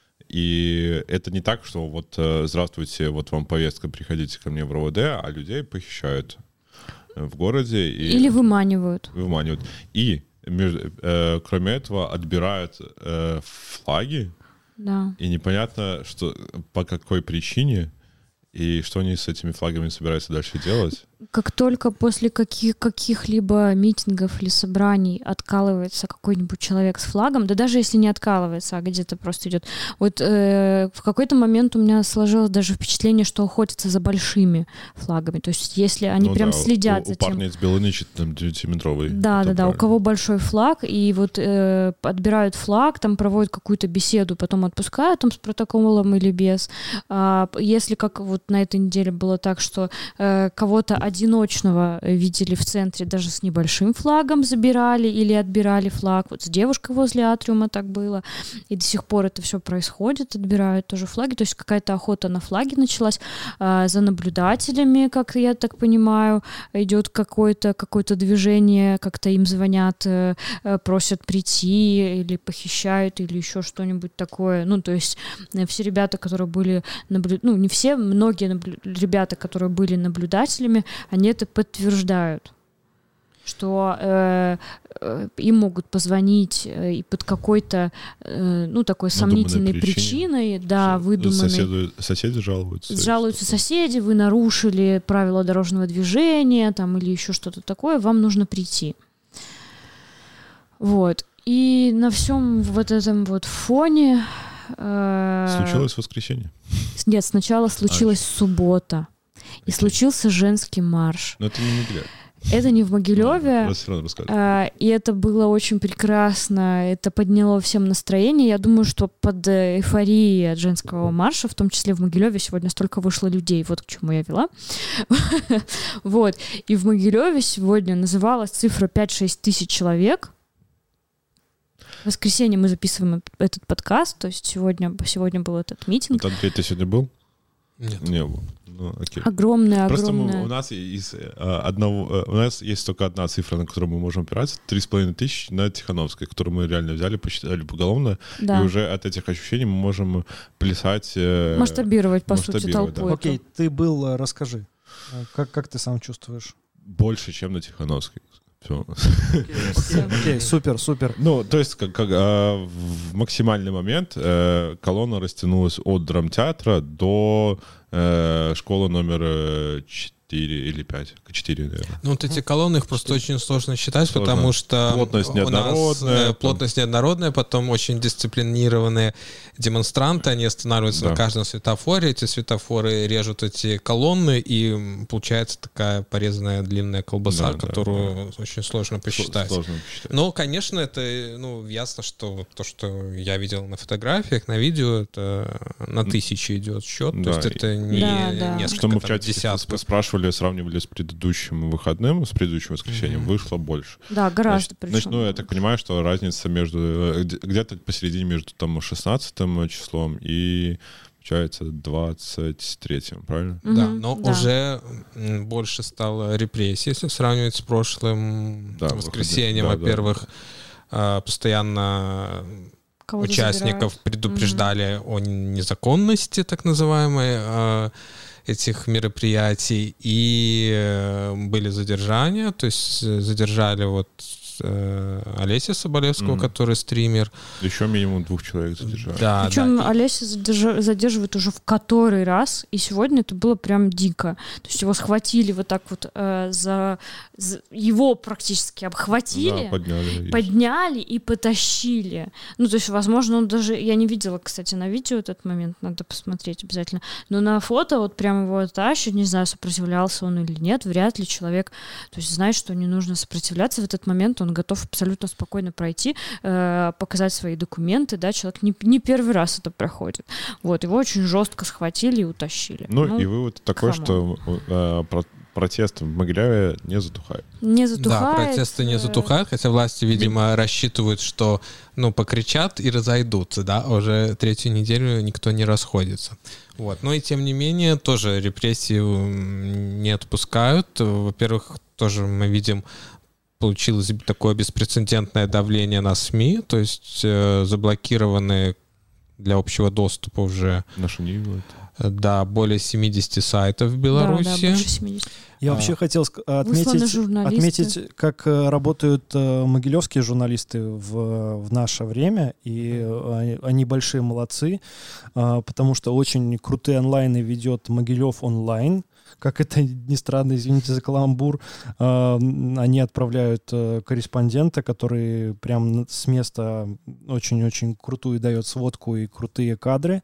И это не так, что вот э, здравствуйте, вот вам повестка, приходите ко мне в РОВД, а людей похищают в городе. И Или выманивают. выманивают. И между, э, кроме этого отбирают э, флаги, Да. и непонятно, что, по какой причине, и что они с этими флагами собираются дальше делать. Как только после каких- каких-либо митингов или собраний откалывается какой-нибудь человек с флагом, да даже если не откалывается, а где-то просто идет. Вот э, в какой-то момент у меня сложилось даже впечатление, что охотятся за большими флагами. То есть если они Ну прям да, следят у, за у тем... парня из Белынычи там девятиметровый. Да, Это да, да. У правильно. кого большой флаг, и вот э, отбирают флаг, там проводят какую-то беседу, потом отпускают там с протоколом или без. А, п- если как вот на этой неделе было так, что э, кого-то одиночного видели в центре, даже с небольшим флагом забирали или отбирали флаг. Вот с девушкой возле атриума так было. И до сих пор это все происходит, отбирают тоже флаги. То есть какая-то охота на флаги началась. А, за наблюдателями, как я так понимаю, идет какое-то, какое-то движение, как-то им звонят, э, э, просят прийти или похищают, или еще что-нибудь такое. Ну, то есть э, все ребята, которые были, наблю... ну, не все, многие наблю... ребята, которые были наблюдателями, они это подтверждают, что э, э, им могут позвонить э, и под какой-то, э, ну, такой Надуманной сомнительной причине. причиной, да, выдуманной. Соседи, соседи жалуются. Жалуются Что-то. соседи, вы нарушили правила дорожного движения там, или еще что-то такое, вам нужно прийти. Вот. И на всем вот этом вот фоне... э, Случилось в воскресенье. Нет, сначала случилась суббота. И Окей. случился женский марш. Но это не Могилев. Это не в Могилеве. Раз все равно рассказывай. А, И это было очень прекрасно, это подняло всем настроение. Я думаю, что под э, эйфорией от женского марша, в том числе в Могилеве, сегодня столько вышло людей. Вот к чему я вела. Вот. И в Могилеве сегодня называлась цифра пять-шесть тысяч человек. В воскресенье мы записываем этот подкаст, то есть сегодня, сегодня был этот митинг. Вот, Андрей, ты сегодня был? Нет. Не был. Ну, окей. Огромная, Просто мы- огромная. у нас из а, одного, а, у нас есть только одна цифра, на которую мы можем опираться, три с половиной тысячи на Тихановской, которую мы реально взяли, посчитали поголовно, Да. и уже от этих ощущений мы можем плясать. э, Масштабировать, по сути, масштабировать, да. толпой. Окей, ты был, э, расскажи. Э, Как, как ты сам чувствуешь? больше, чем на Тихановской. Все. Окей, супер, супер. Ну, то есть, как, как, а, в максимальный момент э, колонна растянулась от драмтеатра до э, школы номер четыре или пять. четыре, наверное. Ну, вот эти колонны, их просто очень сложно считать, Сложно. потому что Плотность у нас неоднородная, э, плотность неоднородная, потом очень дисциплинированные демонстранты, они останавливаются Да. на каждом светофоре, эти светофоры режут эти колонны, и получается такая порезанная длинная колбаса, Да, да, которую очень сложно посчитать. Сложно посчитать. Ну, конечно, это, ну, ясно, что вот то, что я видел на фотографиях, на видео, это на тысячи идет счет, Да, то есть это не Да, да. несколько Что мы в там, чате десятков. спрашивали, сравнивали с предыдущим выходным, с предыдущим воскресеньем, Мгм. вышло больше. Да, гораздо Значит, причем. значит, ну, я так понимаю, что разница между э, где- где-то посередине между там шестнадцатым числом и, получается, двадцать третьим, правильно? Мгм, Да, но да. уже м, больше стало репрессий, если сравнивать с прошлым Да, воскресеньем. выходные, да, Во-первых, а, постоянно Кого-то участников забирают. предупреждали о незаконности, так называемой, а, этих мероприятий, и э, были задержания, то есть э, задержали вот э, Олеся Соболевского, Мгм. который стример. Еще минимум двух человек задержали. Да, Причем да. Олеся задержа- задерживают уже в который раз, и сегодня это было прям дико. То есть его схватили вот так вот э, за, за- его практически обхватили, Да, подняли. и- подняли и потащили. Ну, то есть, возможно, он даже... Я не видела, кстати, на видео этот момент, надо посмотреть обязательно. Но на фото вот прям его тащат, не знаю, сопротивлялся он или нет, вряд ли человек, то есть, знает, что не нужно сопротивляться в этот момент, он готов абсолютно спокойно пройти, э, показать свои документы, да, человек не, не первый раз это проходит. Вот, его очень жестко схватили и утащили. Ну, и вывод такой, камон. что э, про- протест в Могилеве не затухает. Не Да, затухает. протесты не э, затухают, хотя власти, видимо, рассчитывают, что, ну, покричат и разойдутся, да, а уже третью неделю никто не расходится. Вот. Но и тем не менее, тоже репрессии м, не отпускают. Во-первых, тоже мы видим, получилось такое беспрецедентное давление на СМИ, то есть э, заблокированы для общего доступа уже, Наша Нива. э, да, более семьдесят сайтов в да, Беларуси. да, больше семидесяти. Я А, вообще хотел ск- высланы отметить, журналисты. отметить, как э, работают э, могилевские журналисты в, в наше время, и э, они- они большие молодцы, а, потому что очень крутые онлайны ведет Могилев онлайн. Как это ни странно, извините за каламбур, а, м, они отправляют э, корреспондента, который прям с места очень-очень крутую дает сводку и крутые кадры.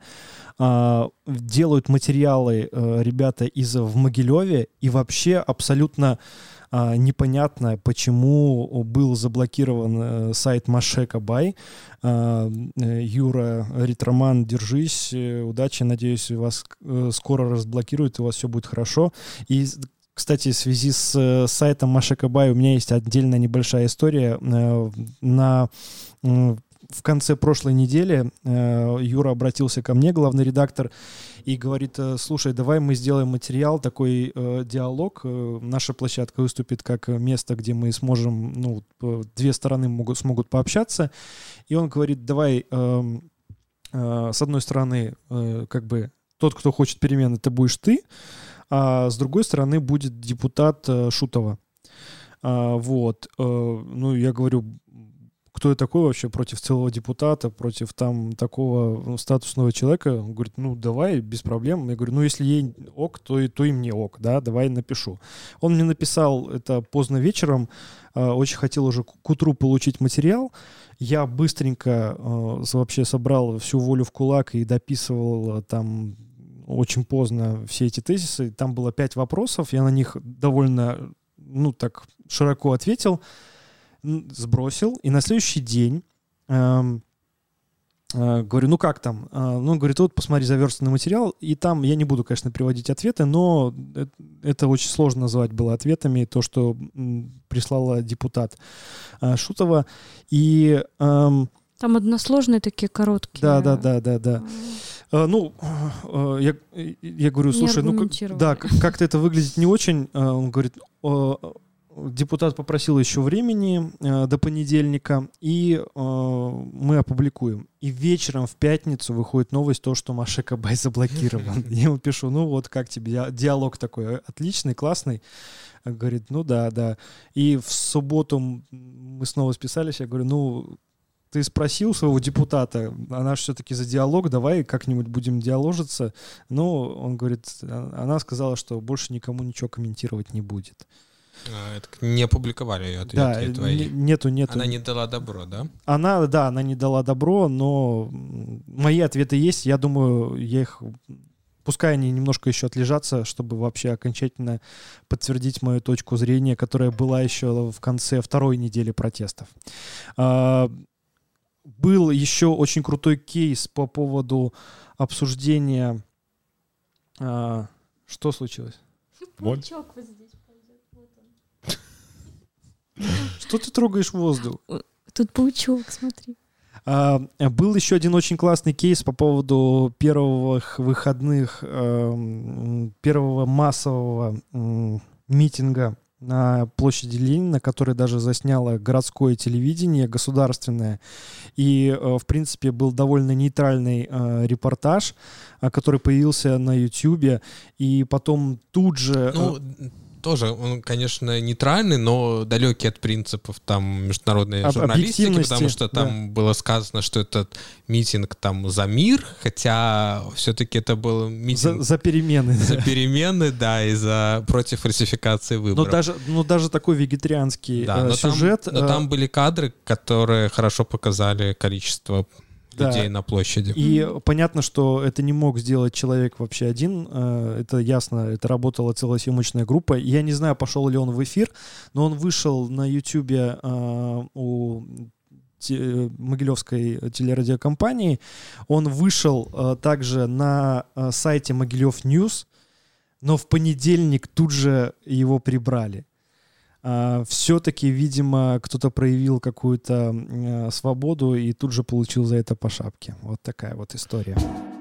А, делают материалы э, ребята из в Могилеве, и вообще абсолютно а, непонятно, почему был заблокирован э, сайт Машека Бай. А, э, Юра, Ретроман, держись, э, удачи, надеюсь, вас э, скоро разблокируют, и у вас все будет хорошо. И кстати, в связи с э, сайтом Машека Бай у меня есть отдельная небольшая история. Э, на м, в конце прошлой недели э, Юра обратился ко мне, главный редактор, и говорит: э, слушай, давай мы сделаем материал, такой э, диалог. Э, наша площадка выступит как место, где мы сможем, ну, э, две стороны могут, смогут пообщаться. И он говорит: давай, э, э, с одной стороны, э, как бы тот, кто хочет перемен, это будешь ты, а с другой стороны будет депутат э, Шутова. А, вот. Э, ну, я говорю: кто я такой вообще против целого депутата, против там такого ну, статусного человека? Он говорит: ну, давай, без проблем. Я говорю: ну, если ей ок, то и, то и мне ок, да, давай напишу. Он мне написал это поздно вечером, э, очень хотел уже к, к утру получить материал. Я быстренько э, вообще собрал всю волю в кулак и дописывал э, там очень поздно все эти тезисы. Там было пять вопросов, я на них довольно, ну, так широко ответил, сбросил, и на следующий день эм, э, говорю: ну как там? Э, ну, говорит: вот посмотри заверстанный материал, и там я не буду, конечно, приводить ответы, но это, это очень сложно назвать было ответами, то, что м, прислала депутат э, Шутова. И эм, Там односложные такие короткие. да, да, да, да, да. Uh, ну, uh, я, я говорю: слушай, ну, как, да, как- как-то это выглядит не очень. Uh, он говорит: uh, депутат попросил еще времени э, до понедельника, и э, мы опубликуем. И вечером в пятницу выходит новость, то, что Машека Бай заблокирован. Я ему пишу, ну вот как тебе, диалог такой отличный, классный. Говорит, ну да, да. И в субботу мы снова списались, я говорю, ну... Ты спросил своего депутата, она же все-таки за диалог, давай как-нибудь будем диаложиться. Но он говорит, она сказала, что больше никому ничего комментировать не будет. А, это не опубликовали ее ответы да, твои? Нету, нету. Она не дала добро, да? Она, да, она не дала добро, но мои ответы есть. Я думаю, я их... Пускай они немножко еще отлежатся, чтобы вообще окончательно подтвердить мою точку зрения, которая была еще в конце второй недели протестов. Был еще очень крутой кейс по поводу обсуждения... А, что случилось? Паучок вот здесь пойдет. Вот он. Что ты трогаешь воздух? Тут паучок, смотри. А, был еще один очень классный кейс по поводу первых выходных, э, первого массового э, митинга на площади Ленина, который даже засняло городское телевидение, государственное. И, в принципе, был довольно нейтральный э, репортаж, который появился на Ютьюбе. И потом тут же... Ну, тоже, он, конечно, нейтральный, но далекий от принципов там международной Об, журналистики, потому что там да. было сказано, что этот митинг там за мир, хотя все-таки это был митинг... За, за перемены. За перемены, да, и за против фальсификации выборов. Но даже, ну, даже такой вегетарианский да, э, но сюжет... Там, но э... там были кадры, которые хорошо показали количество... людей да. на площади. И понятно, что это не мог сделать человек вообще один. Это ясно, это работала целая съемочная группа. Я не знаю, пошел ли он в эфир, но он вышел на Ютьюбе у Могилевской телерадиокомпании. Он вышел также на сайте Могилев Ньюс, но в понедельник тут же его прибрали. Uh, все-таки, видимо, кто-то проявил какую-то uh, свободу и тут же получил за это по шапке. Вот такая вот история.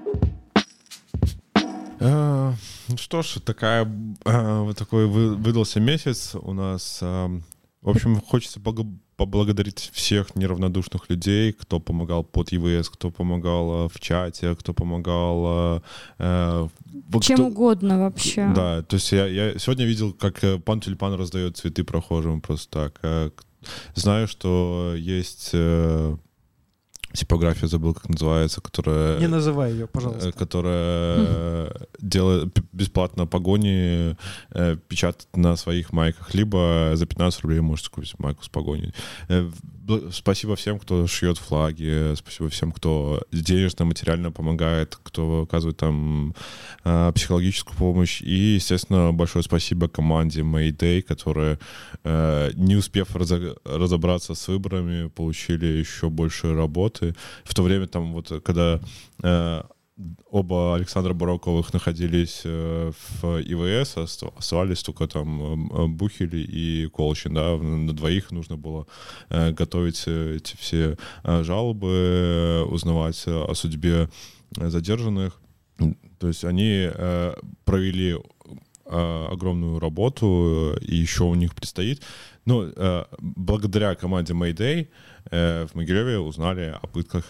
Uh, ну что ж, такая, uh, вот такой вы, выдался месяц у нас. Uh, в общем, хочется поблагодарить всех неравнодушных людей, кто помогал под ЕВС, кто помогал в чате, кто помогал... Э, Чем кто... угодно вообще. Да, то есть я, я сегодня видел, как пан Тюльпан раздает цветы прохожим просто так. Знаю, что есть... Э, типография, забыл, как называется, которая... Не называй ее, пожалуйста. Которая mm-hmm. делает бесплатно погони, э, печатает на своих майках, либо за пятнадцать рублей можете купить майку с погоней. Э, спасибо всем, кто шьет флаги, спасибо всем, кто денежно, материально помогает, кто оказывает там э, психологическую помощь. И, естественно, большое спасибо команде Mayday, которая, э, не успев разо- разобраться с выборами, получили еще больше работы. В то время, там, вот, когда э, оба Александра Бураковых находились э, в ИВС, оставались только там э, Бухель и Колчин, да, на двоих нужно было э, готовить эти все э, жалобы, э, узнавать о судьбе задержанных. То есть они э, провели э, огромную работу, и еще у них предстоит. Ну, э, благодаря команде Mayday э, в Могилеве узнали о пытках,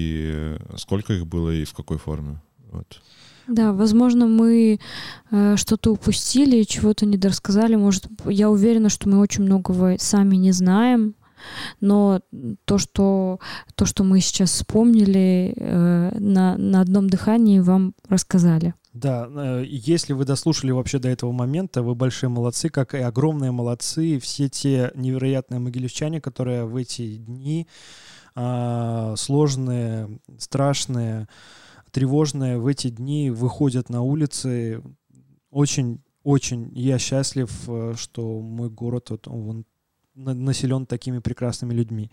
и сколько их было, и в какой форме. Вот. Да, возможно, мы э, что-то упустили, чего-то недорассказали. Может, я уверена, что мы очень многого сами не знаем, но то, что, то, что мы сейчас вспомнили, э, на, на одном дыхании вам рассказали. Да, если вы дослушали вообще до этого момента, вы большие молодцы, как и огромные молодцы все те невероятные могилевчане, которые в эти дни а, сложные, страшные, тревожные, в эти дни выходят на улицы. Очень, очень я счастлив, что мой город вот, он населен такими прекрасными людьми.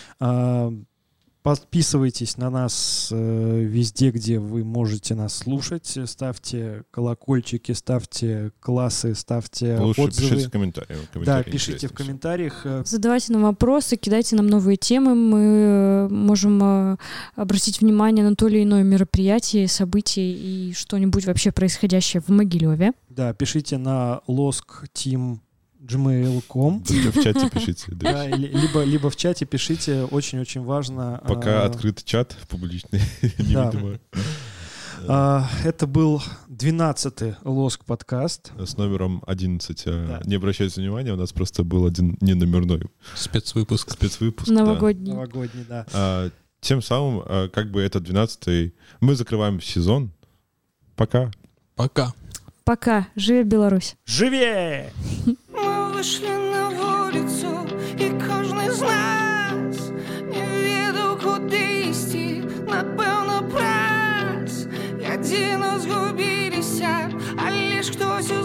А, Подписывайтесь на нас э, везде, где вы можете нас слушать. Ставьте колокольчики, ставьте классы, ставьте Лучше отзывы. пишите в комментариях. Да, пишите в комментариях. Задавайте нам вопросы, кидайте нам новые темы. Мы можем э, обратить внимание на то или иное мероприятие, событие и что-нибудь вообще происходящее в Могилеве. Да, пишите на лоск тим джимейл точка ком. В чате пишите. Да, либо, либо в чате пишите, очень-очень важно. Пока а, открыт чат публичный, Да. невидимо. а, Это был двенадцатый Лоск подкаст. С номером одиннадцать. Да. Не обращайте внимания, у нас просто был один неномерной Спецвыпуск. спецвыпуск. да. Новогодний. Новогодний, да. А, Тем самым, а, как бы это двенадцатый, мы закрываем сезон. Пока. Пока. Пока. Живе Беларусь. Живее! Ми вийшли на вулицю, і кожен з нас не ведав, куди йти, напевно, праз. Адзіно згубіліся, але ж хтось